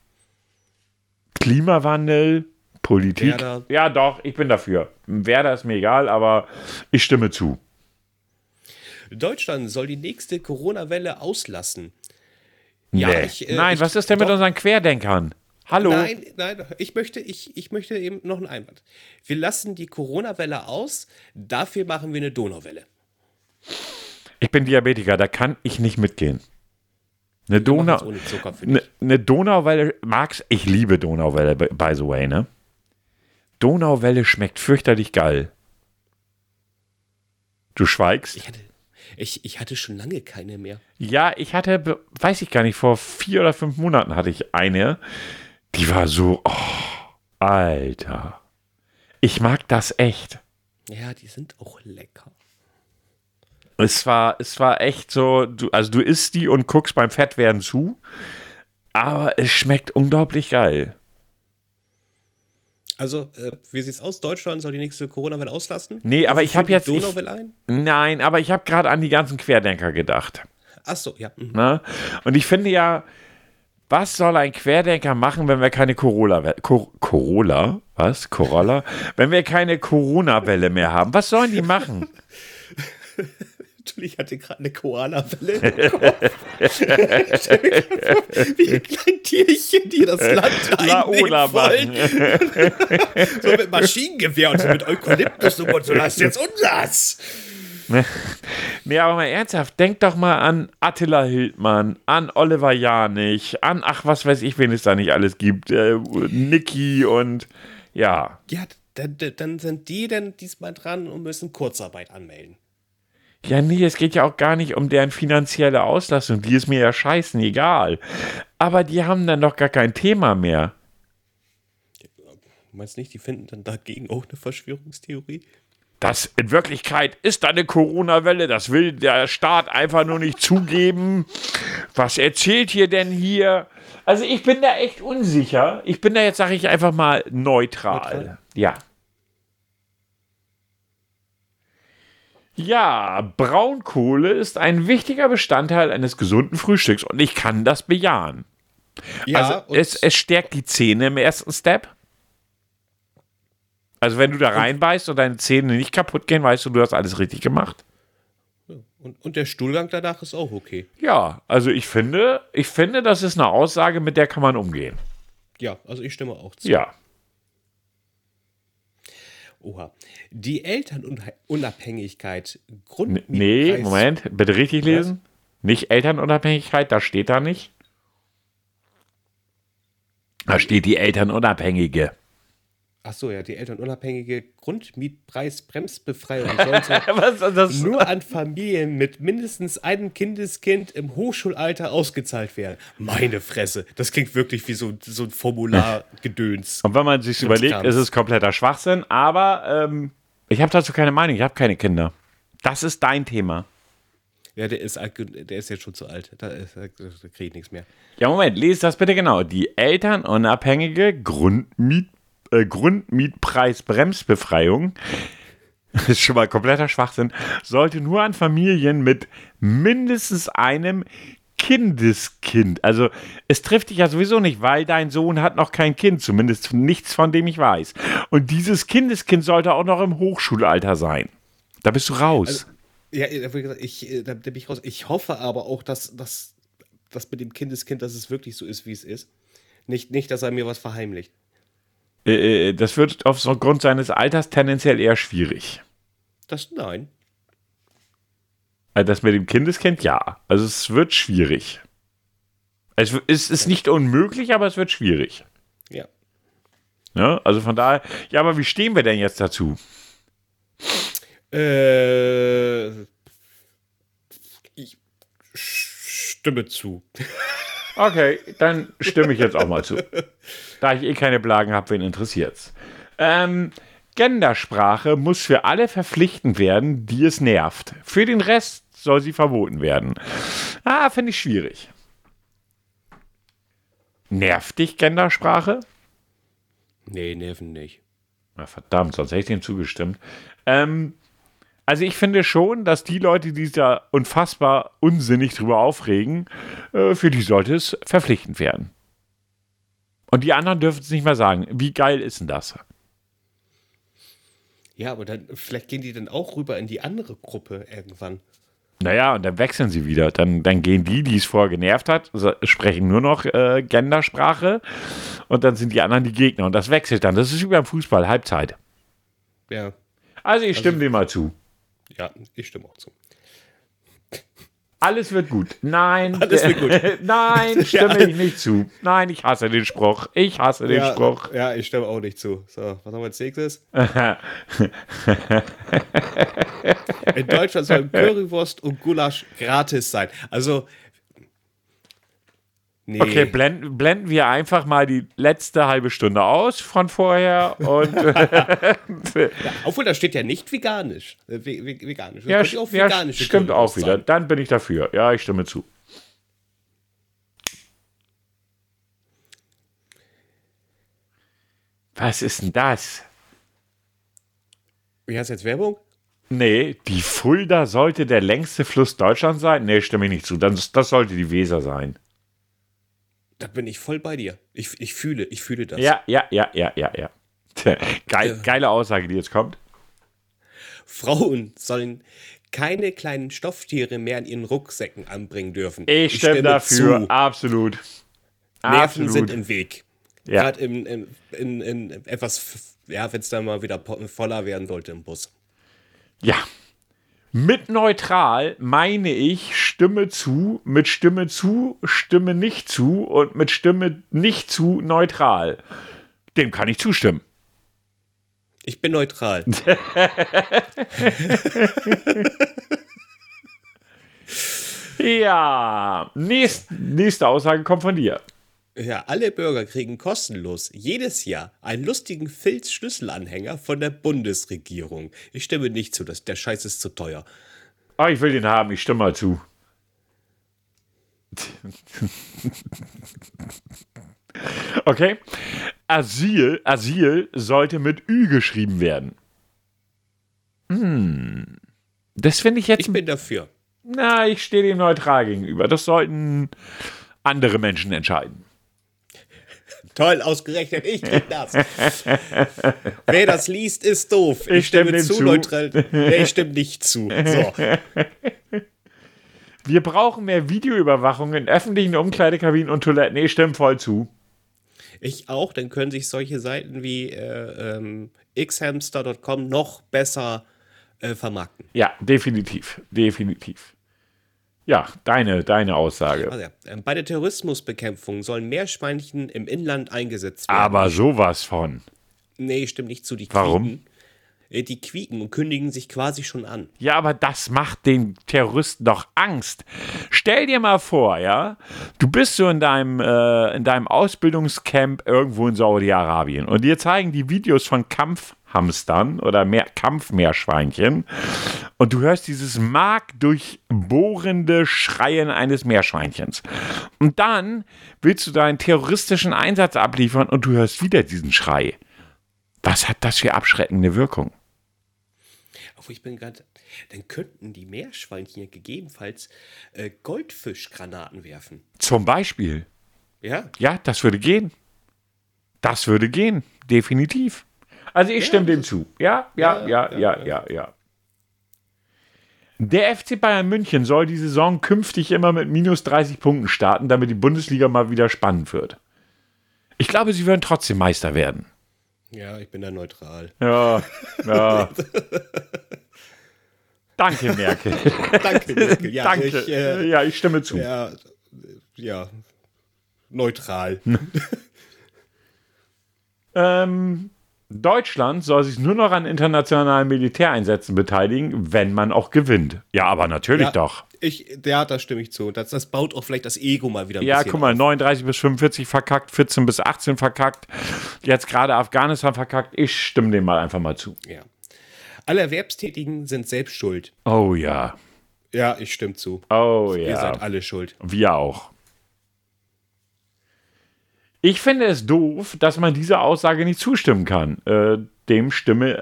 [SPEAKER 1] Klimawandel, Politik.
[SPEAKER 2] Werder.
[SPEAKER 1] Ja, doch, ich bin dafür. Werder ist mir egal, aber ich stimme zu.
[SPEAKER 2] Deutschland soll die nächste Corona-Welle auslassen.
[SPEAKER 1] Nee.
[SPEAKER 2] äh,
[SPEAKER 1] Nein,
[SPEAKER 2] ich-
[SPEAKER 1] was ist denn mit
[SPEAKER 2] doch.
[SPEAKER 1] unseren Querdenkern? Hallo?
[SPEAKER 2] Nein, nein, ich möchte, ich, ich möchte eben noch einen Einwand. Wir lassen die Corona-Welle aus, dafür machen wir eine Donauwelle.
[SPEAKER 1] Ich bin Diabetiker, da kann ich nicht mitgehen. Eine
[SPEAKER 2] Wir machen's
[SPEAKER 1] Donau,
[SPEAKER 2] ohne Zucker, finde
[SPEAKER 1] eine, eine Donauwelle, magst, ich liebe Donauwelle, by by the way, ne? Donauwelle schmeckt fürchterlich geil. Du schweigst?
[SPEAKER 2] ich. Ich hatte, ich, ich hatte schon lange keine mehr.
[SPEAKER 1] Ja, ich hatte, be- weiß ich gar nicht, vor vier oder fünf Monaten hatte ich eine, die war so, oh, Alter. Ich mag das echt.
[SPEAKER 2] Ja, die sind auch lecker.
[SPEAKER 1] Es war, es war echt so, du, also du isst die und guckst beim Fettwerden zu, aber es schmeckt unglaublich geil.
[SPEAKER 2] Also, äh, wie sieht's aus? Deutschland soll die nächste Corona-Welle auslassen?
[SPEAKER 1] Nee, aber
[SPEAKER 2] Wie
[SPEAKER 1] ich habe
[SPEAKER 2] führt die
[SPEAKER 1] jetzt. Ich,
[SPEAKER 2] Donauwelle ein?
[SPEAKER 1] nein, aber ich habe gerade an die ganzen Querdenker gedacht.
[SPEAKER 2] Ach so, ja. Mhm.
[SPEAKER 1] Ne? Und ich finde ja, was soll ein Querdenker machen, wenn wir keine Corolla, Cor Corolla, was? Corolla? Wenn wir keine Corona-Welle mehr haben, was sollen die machen?
[SPEAKER 2] Ich hatte gerade eine Koala-Welle im Kopf. Stell mir grad vor, wie ein kleines Tierchen, die das Land einnehmen wollen. So mit Maschinengewehr und so mit Eukalyptus und so, das ist jetzt unseres.
[SPEAKER 1] Nee, aber mal ernsthaft, denk doch mal an Attila Hildmann, an Oliver Janich, an, ach, was weiß ich, wen es da nicht alles gibt, äh, Niki und ja.
[SPEAKER 2] Ja, dann, dann sind die dann diesmal dran und müssen Kurzarbeit anmelden.
[SPEAKER 1] Ja, nee, es geht ja auch gar nicht um deren finanzielle Auslastung. Die ist mir ja scheißen egal. Aber die haben dann doch gar kein Thema mehr.
[SPEAKER 2] Meinst du nicht, die finden dann dagegen auch eine Verschwörungstheorie?
[SPEAKER 1] Das in Wirklichkeit ist da eine Corona-Welle. Das will der Staat einfach nur nicht zugeben. Was erzählt ihr denn hier? Also ich bin da echt unsicher. Ich bin da jetzt, sage ich einfach mal, neutral. neutral? Ja. Ja, Braunkohle ist ein wichtiger Bestandteil eines gesunden Frühstücks und ich kann das bejahen. Ja, also es, es stärkt die Zähne im ersten Step. Also wenn du da reinbeißt und deine Zähne nicht kaputt gehen, weißt du, du hast alles richtig gemacht.
[SPEAKER 2] Und, und der Stuhlgang danach ist auch okay.
[SPEAKER 1] Ja, also ich finde, ich finde, das ist eine Aussage, mit der kann man umgehen.
[SPEAKER 2] Ja, also ich stimme auch zu.
[SPEAKER 1] Ja.
[SPEAKER 2] Oha. Die Elternunabhängigkeit. Grund
[SPEAKER 1] nee, Moment, bitte richtig lesen. Was? Nicht Elternunabhängigkeit, das steht da nicht. Da steht die Elternunabhängige.
[SPEAKER 2] Ach so, ja, die elternunabhängige Grundmietpreisbremsbefreiung sollte Was, das nur an Familien mit mindestens einem Kindeskind im Hochschulalter ausgezahlt werden. Meine Fresse, das klingt wirklich wie so, so ein Formulargedöns.
[SPEAKER 1] Und wenn man sich überlegt, Trans. ist es kompletter Schwachsinn, aber ähm, ich habe dazu keine Meinung, ich habe keine Kinder. Das ist dein Thema.
[SPEAKER 2] Ja, der ist, der ist jetzt schon zu alt, da, ist, da kriege ich nichts mehr.
[SPEAKER 1] Ja, Moment, lese das bitte genau. Die elternunabhängige Grundmietpreisbremsbefreiung Grundmietpreisbremsbefreiung, das ist schon mal kompletter Schwachsinn, sollte nur an Familien mit mindestens einem Kindeskind, also es trifft dich ja sowieso nicht, weil dein Sohn hat noch kein Kind, zumindest nichts, von dem ich weiß. Und dieses Kindeskind sollte auch noch im Hochschulalter sein. Da bist du raus.
[SPEAKER 2] Also, ja, wie gesagt, ich, da bin ich raus. Ich hoffe aber auch, dass das mit dem Kindeskind, dass es wirklich so ist, wie es ist. Nicht, nicht, dass er mir was verheimlicht.
[SPEAKER 1] Das wird aufgrund seines Alters tendenziell eher schwierig.
[SPEAKER 2] Das, nein.
[SPEAKER 1] Das mit dem Kindeskind, ja. Also es wird schwierig. Es ist, ist nicht unmöglich, aber es wird schwierig.
[SPEAKER 2] Ja.
[SPEAKER 1] Ja. Also von daher, ja, aber wie stehen wir denn jetzt dazu?
[SPEAKER 2] Äh, ich stimme zu.
[SPEAKER 1] Okay, dann stimme ich jetzt auch mal zu. Da ich eh keine Blagen habe, wen interessiert's. Ähm, Gendersprache muss für alle verpflichtend werden, die es nervt. Für den Rest soll sie verboten werden. Ah, finde ich schwierig. Nervt dich Gendersprache?
[SPEAKER 2] Nee, nerven nicht.
[SPEAKER 1] Na verdammt, sonst hätte ich dem zugestimmt. Ähm, Also ich finde schon, dass die Leute, die sich da unfassbar unsinnig drüber aufregen, äh, für die sollte es verpflichtend werden. Und die anderen dürfen es nicht mehr sagen. Wie geil ist denn das?
[SPEAKER 2] Ja, aber dann vielleicht gehen die dann auch rüber in die andere Gruppe irgendwann.
[SPEAKER 1] Naja, und dann wechseln sie wieder. Dann, dann gehen die, die es vorher genervt hat, sprechen nur noch äh, Gendersprache und dann sind die anderen die Gegner und das wechselt dann. Das ist wie beim Fußball, Halbzeit.
[SPEAKER 2] Ja.
[SPEAKER 1] Also ich stimme also, dem mal zu.
[SPEAKER 2] Ja, ich stimme auch zu.
[SPEAKER 1] Alles wird gut. Nein.
[SPEAKER 2] Alles wird gut.
[SPEAKER 1] Nein, stimme ja. ich nicht zu. Nein, ich hasse den Spruch. Ich hasse den
[SPEAKER 2] ja,
[SPEAKER 1] Spruch.
[SPEAKER 2] Ja, ich stimme auch nicht zu. So, was haben wir als nächstes? In Deutschland sollen Currywurst und Gulasch gratis sein. Also, Nee.
[SPEAKER 1] Okay, blenden, blenden wir einfach mal die letzte halbe Stunde aus von vorher und
[SPEAKER 2] Ja, obwohl, da steht ja nicht veganisch. Äh, ve- ve- veganisch. Das
[SPEAKER 1] ja,
[SPEAKER 2] könnte auch
[SPEAKER 1] ja,
[SPEAKER 2] veganische
[SPEAKER 1] stimmt auch
[SPEAKER 2] Currywurst
[SPEAKER 1] wieder.
[SPEAKER 2] sein.
[SPEAKER 1] Dann bin ich dafür. Ja, ich stimme zu. Was ist denn das?
[SPEAKER 2] Wie heißt jetzt Werbung?
[SPEAKER 1] Nee, die Fulda sollte der längste Fluss Deutschlands sein? Nee, stimme ich nicht zu. Das, das sollte die Weser sein.
[SPEAKER 2] Da bin ich voll bei dir. Ich, ich fühle, ich fühle das.
[SPEAKER 1] Ja, ja, ja, ja, ja, ja. Geil, geile Aussage, die jetzt kommt.
[SPEAKER 2] Frauen sollen keine kleinen Stofftiere mehr in ihren Rucksäcken anbringen dürfen.
[SPEAKER 1] Ich stimme dafür.
[SPEAKER 2] zu.
[SPEAKER 1] Absolut.
[SPEAKER 2] Nerven
[SPEAKER 1] Absolut.
[SPEAKER 2] sind im Weg.
[SPEAKER 1] Ja.
[SPEAKER 2] Gerade in, in, in, in etwas, f- ja, wenn es dann mal wieder po- voller werden sollte im Bus.
[SPEAKER 1] Ja. Mit neutral meine ich Stimme zu, mit Stimme zu, Stimme nicht zu und mit Stimme nicht zu neutral. Dem kann ich zustimmen.
[SPEAKER 2] Ich bin neutral.
[SPEAKER 1] Ja. Nächst, nächste Aussage kommt von dir.
[SPEAKER 2] Ja, alle Bürger kriegen kostenlos jedes Jahr einen lustigen Filz-Schlüsselanhänger von der Bundesregierung. Ich stimme nicht zu, das, der Scheiß ist zu teuer.
[SPEAKER 1] Ah, ich will den haben, ich stimme mal zu. Okay. Asyl, Asyl sollte mit Ü geschrieben werden. Hm. Das finde ich jetzt.
[SPEAKER 2] Ich bin dafür.
[SPEAKER 1] Na, ich stehe dem neutral gegenüber. Das sollten andere Menschen entscheiden.
[SPEAKER 2] Toll, ausgerechnet, ich krieg das. Wer das liest, ist doof. Ich,
[SPEAKER 1] Ich stimme
[SPEAKER 2] stimme
[SPEAKER 1] dem
[SPEAKER 2] zu,
[SPEAKER 1] zu.
[SPEAKER 2] neutral. Nee, ich stimme nicht zu. So.
[SPEAKER 1] Wir brauchen mehr Videoüberwachung in öffentlichen Umkleidekabinen und Toiletten. Nee, stimmt voll zu.
[SPEAKER 2] Ich auch, dann können sich solche Seiten wie äh, ähm, x hamster punkt com noch besser äh, vermarkten.
[SPEAKER 1] Ja, definitiv. Definitiv. Ja, deine, deine Aussage.
[SPEAKER 2] Also ja, ähm, bei der Terrorismusbekämpfung sollen Meerschweinchen im Inland eingesetzt werden.
[SPEAKER 1] Aber sowas von.
[SPEAKER 2] Nee, stimmt nicht zu. Die
[SPEAKER 1] Warum?
[SPEAKER 2] quieken. Äh, Die quieken und kündigen sich quasi schon an.
[SPEAKER 1] Ja, aber das macht den Terroristen doch Angst. Stell dir mal vor, ja, du bist so in deinem, äh, in deinem Ausbildungscamp irgendwo in Saudi-Arabien und dir zeigen die Videos von Kampfhamstern oder mehr Kampfmeerschweinchen und du hörst dieses markdurchbohrende Schreien eines Meerschweinchens. Und dann willst du deinen terroristischen Einsatz abliefern und du hörst wieder diesen Schrei. Was hat das für abschreckende Wirkung?
[SPEAKER 2] Obwohl ich bin gerade, dann könnten die Meerschweinchen ja gegebenenfalls äh, Goldfischgranaten werfen.
[SPEAKER 1] Zum Beispiel.
[SPEAKER 2] Ja,
[SPEAKER 1] Ja, das würde gehen. Das würde gehen, definitiv. Also ich stimme dem zu. Ja, ja, ja, ja, ja, ja, ja. Der F C Bayern München soll die Saison künftig immer mit minus dreißig Punkten starten, damit die Bundesliga mal wieder spannend wird. Ich glaube, sie werden trotzdem Meister werden.
[SPEAKER 2] ja, ich bin da neutral.
[SPEAKER 1] Ja, ja. Danke, Merkel.
[SPEAKER 2] Danke, Mirke. Ja,
[SPEAKER 1] Danke.
[SPEAKER 2] Ich, äh,
[SPEAKER 1] ja, ich stimme zu.
[SPEAKER 2] ja, äh, ja, neutral.
[SPEAKER 1] Ähm, Deutschland soll sich nur noch an internationalen Militäreinsätzen beteiligen, wenn man auch gewinnt. Ja, aber natürlich
[SPEAKER 2] Ja,
[SPEAKER 1] doch.
[SPEAKER 2] Ich, ja, da stimme ich zu. Das, das baut auch vielleicht das Ego mal wieder ein
[SPEAKER 1] Ja,
[SPEAKER 2] bisschen
[SPEAKER 1] guck mal,
[SPEAKER 2] auf.
[SPEAKER 1] neununddreißig bis fünfundvierzig verkackt, vierzehn bis achtzehn verkackt, jetzt gerade Afghanistan verkackt. Ich stimme dem mal einfach mal zu.
[SPEAKER 2] Ja. Alle Erwerbstätigen sind selbst schuld.
[SPEAKER 1] Oh ja,
[SPEAKER 2] Ja, ich stimme zu.
[SPEAKER 1] oh
[SPEAKER 2] Ihr
[SPEAKER 1] ja,
[SPEAKER 2] seid alle schuld.
[SPEAKER 1] wir auch. Ich finde es doof, dass man dieser Aussage nicht zustimmen kann. Äh, dem stimme.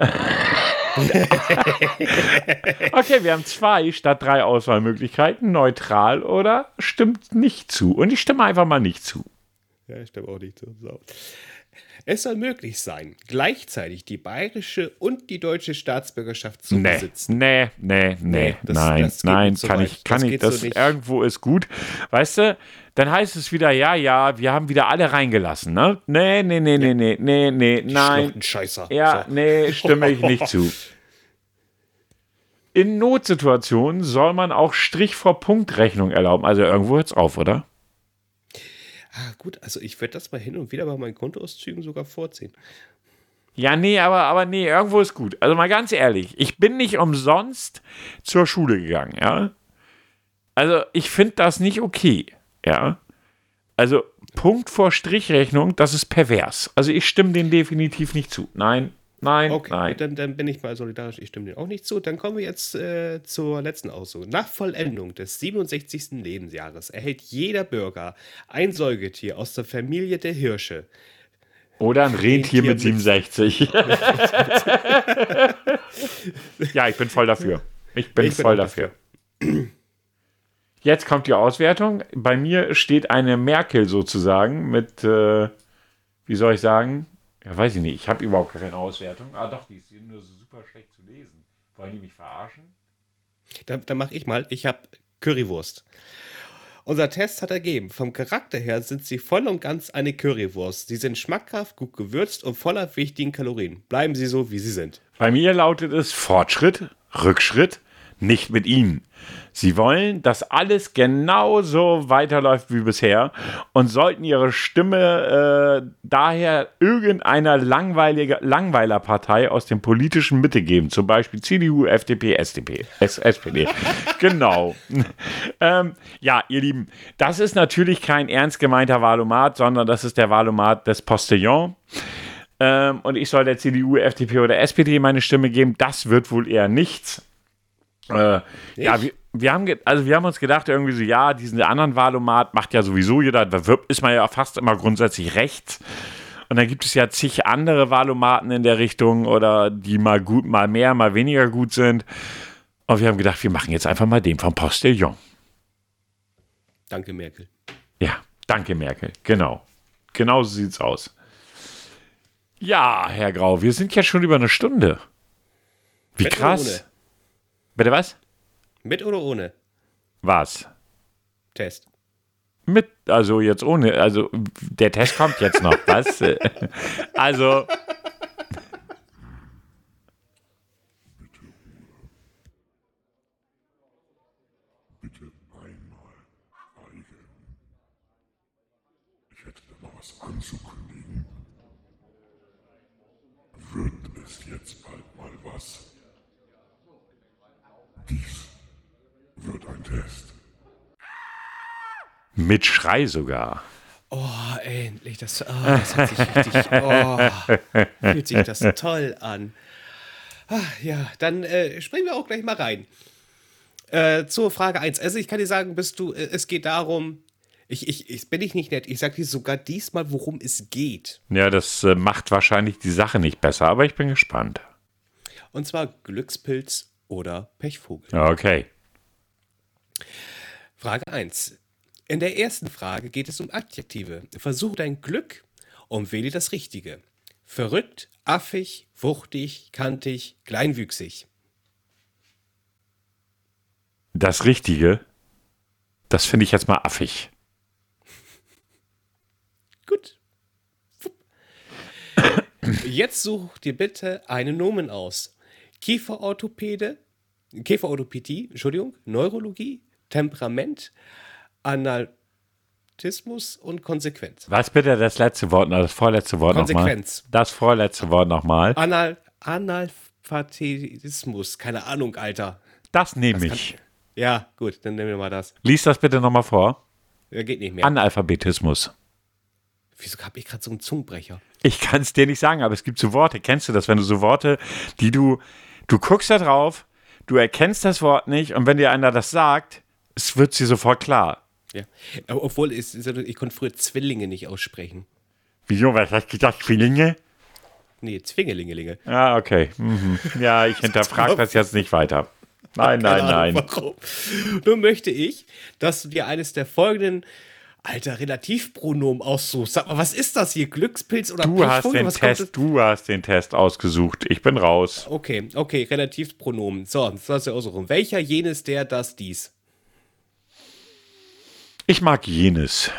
[SPEAKER 1] Okay, wir haben zwei statt drei Auswahlmöglichkeiten. Neutral oder stimmt nicht zu. Und ich stimme einfach mal nicht zu.
[SPEAKER 2] Ja, ich stimme auch nicht zu. So. Es soll möglich sein, gleichzeitig die bayerische und die deutsche Staatsbürgerschaft zu
[SPEAKER 1] Nee,
[SPEAKER 2] besitzen.
[SPEAKER 1] nee, nee, nee,
[SPEAKER 2] Nee, das-
[SPEAKER 1] nein,
[SPEAKER 2] das geht
[SPEAKER 1] nein,
[SPEAKER 2] mir zu
[SPEAKER 1] kann
[SPEAKER 2] weit.
[SPEAKER 1] ich, kann
[SPEAKER 2] Das
[SPEAKER 1] ich,
[SPEAKER 2] geht
[SPEAKER 1] das
[SPEAKER 2] so nicht.
[SPEAKER 1] irgendwo ist gut. Weißt du, dann heißt es wieder, ja, ja, wir haben wieder alle reingelassen, ne? Nee, nee, nee, nee, nee, nee, nee, nein.
[SPEAKER 2] Ein Scheißer.
[SPEAKER 1] Ja,
[SPEAKER 2] So.
[SPEAKER 1] nee, stimme ich nicht zu. In Notsituationen soll man auch Strich vor Punkt-Rechnung erlauben. Also irgendwo hört's auf, oder?
[SPEAKER 2] Ah, gut, also ich werde das mal hin und wieder bei meinen Kontoauszügen sogar vorziehen.
[SPEAKER 1] Ja, nee, aber, aber nee, irgendwo ist gut. Also mal ganz ehrlich, ich bin nicht umsonst zur Schule gegangen, ja. Also ich finde das nicht okay, ja. also Punkt vor Strichrechnung, das ist pervers. Also ich stimme dem definitiv nicht zu. Nein, nein,
[SPEAKER 2] Okay,
[SPEAKER 1] nein.
[SPEAKER 2] dann, dann bin ich mal solidarisch, ich stimme dir auch nicht zu. Dann kommen wir jetzt äh, zur letzten Aussage. Nach Vollendung des siebenundsechzigsten Lebensjahres erhält jeder Bürger ein Säugetier aus der Familie der Hirsche.
[SPEAKER 1] Oder ein Rentier
[SPEAKER 2] Rentier
[SPEAKER 1] mit
[SPEAKER 2] mit-
[SPEAKER 1] siebenundsechzig. Ja, ich bin voll dafür. Ich bin
[SPEAKER 2] Ich bin
[SPEAKER 1] voll
[SPEAKER 2] auch
[SPEAKER 1] dafür. Jetzt kommt die Auswertung. Bei mir steht eine Merkel sozusagen mit, äh, wie soll ich sagen? Ja, weiß ich nicht. Ich habe überhaupt keine Auswertung. Ah doch, die ist nur so super schlecht zu lesen. Wollen die mich verarschen?
[SPEAKER 2] Dann, dann mache ich mal. Ich habe Currywurst. Unser Test hat ergeben, vom Charakter her sind sie voll und ganz eine Currywurst. Sie sind schmackhaft, gut gewürzt und voller wichtigen Kalorien. Bleiben sie so, wie sie sind.
[SPEAKER 1] Bei mir lautet es Fortschritt, Rückschritt, nicht mit ihnen. Sie wollen, dass alles genauso weiterläuft wie bisher und sollten ihre Stimme äh, daher irgendeiner langweilige, Langweilerpartei aus dem politischen Mitte geben, zum Beispiel C D U, F D P, S D P, S P D. Genau. ähm, ja, ihr Lieben, das ist natürlich kein ernst gemeinter Wahlomat, sondern das ist der Wahlomat des Postillon. Ähm, und ich soll der C D U, F D P oder S P D meine Stimme geben. Das wird wohl eher nichts. Äh, ja, wir, wir, haben ge- also wir haben uns gedacht, irgendwie so, ja, diesen anderen Wahlomat macht ja sowieso jeder, da wird- ist man ja fast immer grundsätzlich rechts. Und dann gibt es ja zig andere Wahlomaten in der Richtung oder die mal gut, mal mehr, mal weniger gut sind. Und wir haben gedacht, wir machen jetzt einfach mal den vom Postillon.
[SPEAKER 2] Danke, Merkel.
[SPEAKER 1] Ja, danke, Merkel. Genau. Genau so sieht's aus. Ja, Herr Grau, wir sind ja schon über eine Stunde. Wie
[SPEAKER 2] Mit oder
[SPEAKER 1] krass.
[SPEAKER 2] ohne?
[SPEAKER 1] Bitte was?
[SPEAKER 2] Mit oder ohne
[SPEAKER 1] Was?
[SPEAKER 2] Test?
[SPEAKER 1] Mit, also jetzt ohne, also der Test kommt jetzt noch, was? Also,
[SPEAKER 3] Bitte einmal schweigen. Ich hätte da noch was anzukündigen. Wird es jetzt bald mal was? Dies wird ein Test.
[SPEAKER 1] mit Schrei sogar.
[SPEAKER 2] Oh, endlich. Das, oh, das hat sich richtig. Oh, fühlt sich das toll an. Ah, ja, dann äh, springen wir auch gleich mal rein. Äh, zur Frage eins. Also, ich kann dir sagen, bist du, äh, es geht darum. Ich, ich, ich bin ich nicht nett. Ich sage dir sogar diesmal, worum es geht.
[SPEAKER 1] Ja, das äh, macht wahrscheinlich die Sache nicht besser, aber ich bin gespannt.
[SPEAKER 2] Und zwar Glückspilz oder Pechvogel.
[SPEAKER 1] Ja, okay.
[SPEAKER 2] Frage eins. In der ersten Frage geht es um Adjektive. Versuche dein Glück und wähle das Richtige. Verrückt, affig, wuchtig, kantig, kleinwüchsig.
[SPEAKER 1] Das Richtige, das finde ich jetzt mal affig.
[SPEAKER 2] Gut. Jetzt such dir bitte einen Nomen aus. Kieferorthopäde, Kieferorthopädie, Entschuldigung, Neurologie, Temperament, Analtismus und Konsequenz.
[SPEAKER 1] Was bitte das letzte Wort, das vorletzte Wort nochmal?
[SPEAKER 2] Konsequenz.
[SPEAKER 1] Das vorletzte Wort nochmal.
[SPEAKER 2] Anal Analphabetismus, keine Ahnung, Alter.
[SPEAKER 1] Das nehme ich.
[SPEAKER 2] Ja, gut, dann nehmen wir mal das.
[SPEAKER 1] Lies das bitte nochmal vor.
[SPEAKER 2] Ja, geht nicht mehr.
[SPEAKER 1] Analphabetismus.
[SPEAKER 2] Wieso habe ich gerade so einen Zungenbrecher?
[SPEAKER 1] Ich kann es dir nicht sagen, aber es gibt so Worte. Kennst du das, wenn du so Worte, die du, du guckst da drauf, du erkennst das Wort nicht und wenn dir einer das sagt, es wird dir sofort klar.
[SPEAKER 2] Ja. Aber obwohl, es, ist- ich konnte früher Zwillinge nicht aussprechen.
[SPEAKER 1] Wieso, was hast du gesagt, Zwillinge?
[SPEAKER 2] Nee, Zwingelingelinge.
[SPEAKER 1] Ah, okay. Mhm. Ja, ich hinterfrage das jetzt nicht weiter. Nein, nein,
[SPEAKER 2] Keine Ahnung,
[SPEAKER 1] nein.
[SPEAKER 2] warum. Nun möchte ich, dass du dir eines der folgenden, alter, Relativpronomen aussuchst. Sag mal, was ist das hier? Glückspilz oder
[SPEAKER 1] Du hast
[SPEAKER 2] Pechvogel?
[SPEAKER 1] den
[SPEAKER 2] Was kommt
[SPEAKER 1] Test, du hast den Test ausgesucht. Ich bin raus.
[SPEAKER 2] das? Okay, okay, Relativpronomen. So, das sollst du aussuchen. Welcher, jenes, der, das, dies?
[SPEAKER 1] Ich mag jenes.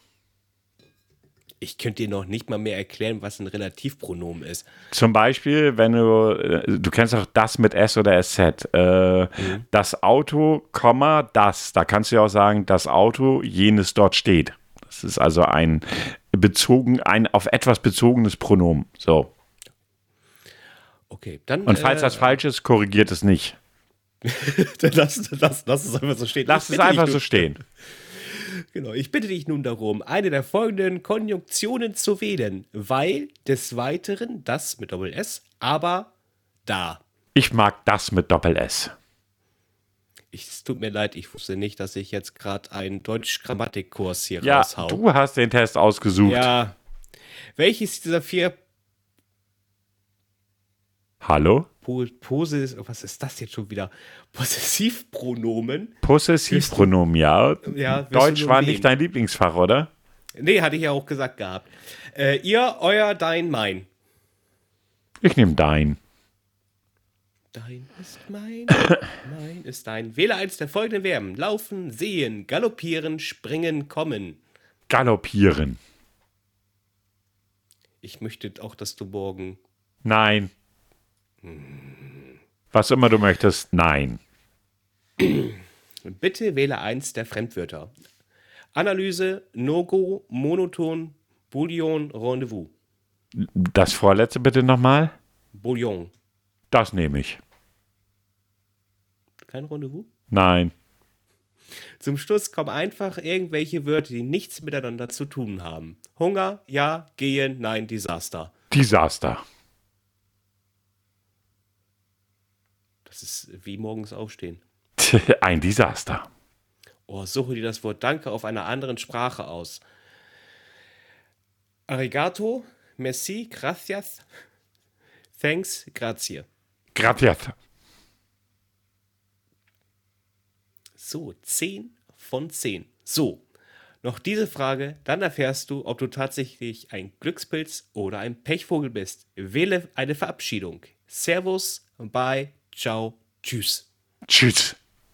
[SPEAKER 2] Ich könnte dir noch nicht mal mehr erklären, was ein Relativpronomen ist.
[SPEAKER 1] Zum Beispiel, wenn du, äh, du kennst auch das mit S oder S Z. Äh,
[SPEAKER 2] Mhm.
[SPEAKER 1] Das Auto, Komma, das. Da kannst du ja auch sagen, das Auto, jenes dort steht. Das ist also ein bezogen, ein auf etwas bezogenes Pronomen. So.
[SPEAKER 2] Okay, dann.
[SPEAKER 1] Und falls
[SPEAKER 2] äh,
[SPEAKER 1] das falsch ist, korrigiert es nicht.
[SPEAKER 2] dann lass, lass, lass es einfach so stehen.
[SPEAKER 1] Lass
[SPEAKER 2] Ich
[SPEAKER 1] es
[SPEAKER 2] bitte
[SPEAKER 1] einfach
[SPEAKER 2] dich,
[SPEAKER 1] so
[SPEAKER 2] du-
[SPEAKER 1] stehen.
[SPEAKER 2] Genau, ich bitte dich nun darum, eine der folgenden Konjunktionen zu wählen, weil des Weiteren das mit Doppel S, aber da.
[SPEAKER 1] Ich mag das mit Doppel-S.
[SPEAKER 2] Ich, es tut mir leid, ich wusste nicht, dass ich jetzt gerade einen Deutsch-Grammatik-Kurs hier
[SPEAKER 1] Ja,
[SPEAKER 2] raushau.
[SPEAKER 1] du hast den Test ausgesucht.
[SPEAKER 2] Ja. Welches dieser vier
[SPEAKER 1] Hallo?
[SPEAKER 2] Po Poses, was ist das jetzt schon wieder? Possessivpronomen?
[SPEAKER 1] Possessivpronomen, ja.
[SPEAKER 2] Ja, wirst du
[SPEAKER 1] Deutsch
[SPEAKER 2] nun
[SPEAKER 1] war
[SPEAKER 2] wählen.
[SPEAKER 1] nicht dein Lieblingsfach, oder?
[SPEAKER 2] Nee, hatte ich ja auch gesagt gehabt. Äh, ihr, euer, dein, mein.
[SPEAKER 1] Ich nehme dein.
[SPEAKER 2] Dein ist mein, mein ist dein. Wähle eins der folgenden Verben. Laufen, sehen, galoppieren, springen, kommen.
[SPEAKER 1] Galoppieren.
[SPEAKER 2] Ich möchte auch, dass du morgen...
[SPEAKER 1] Nein. Was immer du möchtest, nein.
[SPEAKER 2] Bitte wähle eins der Fremdwörter. Analyse, No-Go, Monoton, Bouillon, Rendezvous.
[SPEAKER 1] Das vorletzte bitte nochmal.
[SPEAKER 2] Bouillon.
[SPEAKER 1] Das nehme ich.
[SPEAKER 2] Kein Rendezvous?
[SPEAKER 1] Nein.
[SPEAKER 2] Zum Schluss kommen einfach irgendwelche Wörter, die nichts miteinander zu tun haben. Hunger, ja, gehen, nein, Desaster.
[SPEAKER 1] Desaster.
[SPEAKER 2] Das ist wie morgens aufstehen.
[SPEAKER 1] Ein Desaster.
[SPEAKER 2] Oh, suche dir das Wort Danke auf einer anderen Sprache aus. Arigato, merci, gracias, thanks, grazie.
[SPEAKER 1] Gracias.
[SPEAKER 2] So, zehn von zehn. So, noch diese Frage, dann erfährst du, ob du tatsächlich ein Glückspilz oder ein Pechvogel bist. Wähle eine Verabschiedung. Servus, bye, ciao, tschüss.
[SPEAKER 1] Tschüss.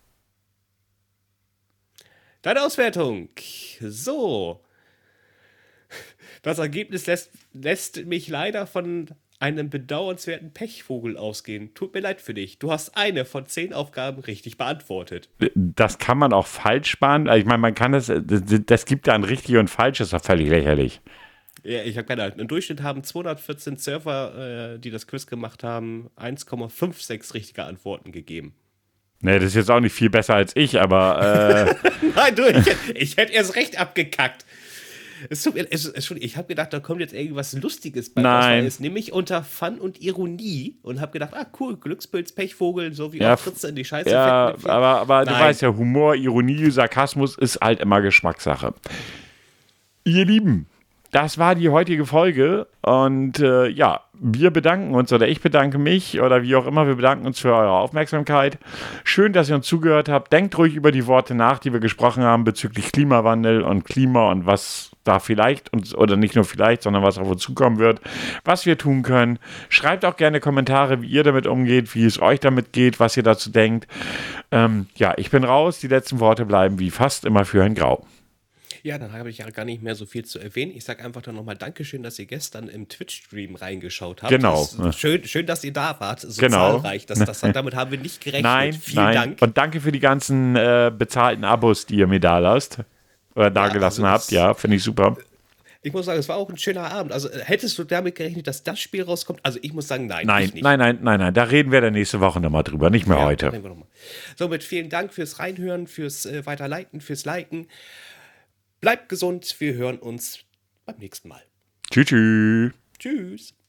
[SPEAKER 2] Deine Auswertung. So. Das Ergebnis lässt, lässt mich leider von einem bedauernswerten Pechvogel ausgehen. Tut mir leid für dich. Du hast eine von zehn Aufgaben richtig beantwortet.
[SPEAKER 1] Das kann man auch falsch beantworten. Ich meine, man kann das, das, das gibt ja ein richtig und falsch, ist doch völlig lächerlich.
[SPEAKER 2] Ja, ich habe keine Ahnung. Im Durchschnitt haben zweihundertvierzehn Surfer, äh, die das Quiz gemacht haben, eins Komma fünfundsechzig richtige Antworten gegeben.
[SPEAKER 1] Ne, das ist jetzt auch nicht viel besser als ich, aber äh,
[SPEAKER 2] Nein, du, ich, ich hätte erst recht abgekackt. Es tut mir, es, es, ich habe gedacht, da kommt jetzt irgendwas Lustiges bei
[SPEAKER 1] Nein.
[SPEAKER 2] raus, nämlich unter Fun und Ironie und habe gedacht, ah cool, Glückspilz, Pechvogel, so wie
[SPEAKER 1] Ja,
[SPEAKER 2] auch Fritze in die Scheiße
[SPEAKER 1] ja,
[SPEAKER 2] fällt.
[SPEAKER 1] aber, aber du
[SPEAKER 2] Nein.
[SPEAKER 1] weißt ja, Humor, Ironie, Sarkasmus ist halt immer Geschmackssache. Ihr Lieben, das war die heutige Folge und äh, ja, wir bedanken uns oder ich bedanke mich oder wie auch immer, wir bedanken uns für eure Aufmerksamkeit. Schön, dass ihr uns zugehört habt. Denkt ruhig über die Worte nach, die wir gesprochen haben bezüglich Klimawandel und Klima und was da vielleicht uns, oder nicht nur vielleicht, sondern was auf uns zukommen wird, was wir tun können. Schreibt auch gerne Kommentare, wie ihr damit umgeht, wie es euch damit geht, was ihr dazu denkt. Ähm, ja, ich bin raus. Die letzten Worte bleiben wie fast immer für ein Grau.
[SPEAKER 2] Ja, dann habe ich ja gar nicht mehr so viel zu erwähnen. Ich sage einfach dann nochmal Dankeschön, dass ihr gestern im Twitch-Stream reingeschaut habt.
[SPEAKER 1] Genau.
[SPEAKER 2] Das ist schön, schön, dass ihr da wart. So
[SPEAKER 1] Genau.
[SPEAKER 2] zahlreich. Das, das, damit haben wir nicht gerechnet.
[SPEAKER 1] Nein,
[SPEAKER 2] Vielen
[SPEAKER 1] nein.
[SPEAKER 2] Dank.
[SPEAKER 1] Und danke für die ganzen äh, bezahlten Abos, die ihr mir da lasst. Oder da gelassen
[SPEAKER 2] also
[SPEAKER 1] habt.
[SPEAKER 2] das-
[SPEAKER 1] Ja, finde ich super.
[SPEAKER 2] Ich muss sagen, es war auch ein schöner Abend. Also äh, hättest du damit gerechnet, dass das Spiel rauskommt? Also ich muss sagen, nein.
[SPEAKER 1] Nein,
[SPEAKER 2] ich nicht.
[SPEAKER 1] nein, nein, nein, nein. Da reden wir dann nächste Woche nochmal drüber, nicht mehr
[SPEAKER 2] Ja,
[SPEAKER 1] heute.
[SPEAKER 2] reden wir noch mal. Somit vielen Dank fürs Reinhören, fürs äh, Weiterleiten, fürs Liken. Bleibt gesund. Wir hören uns beim nächsten Mal.
[SPEAKER 1] Tschüss, tschüss.
[SPEAKER 2] Tschüss.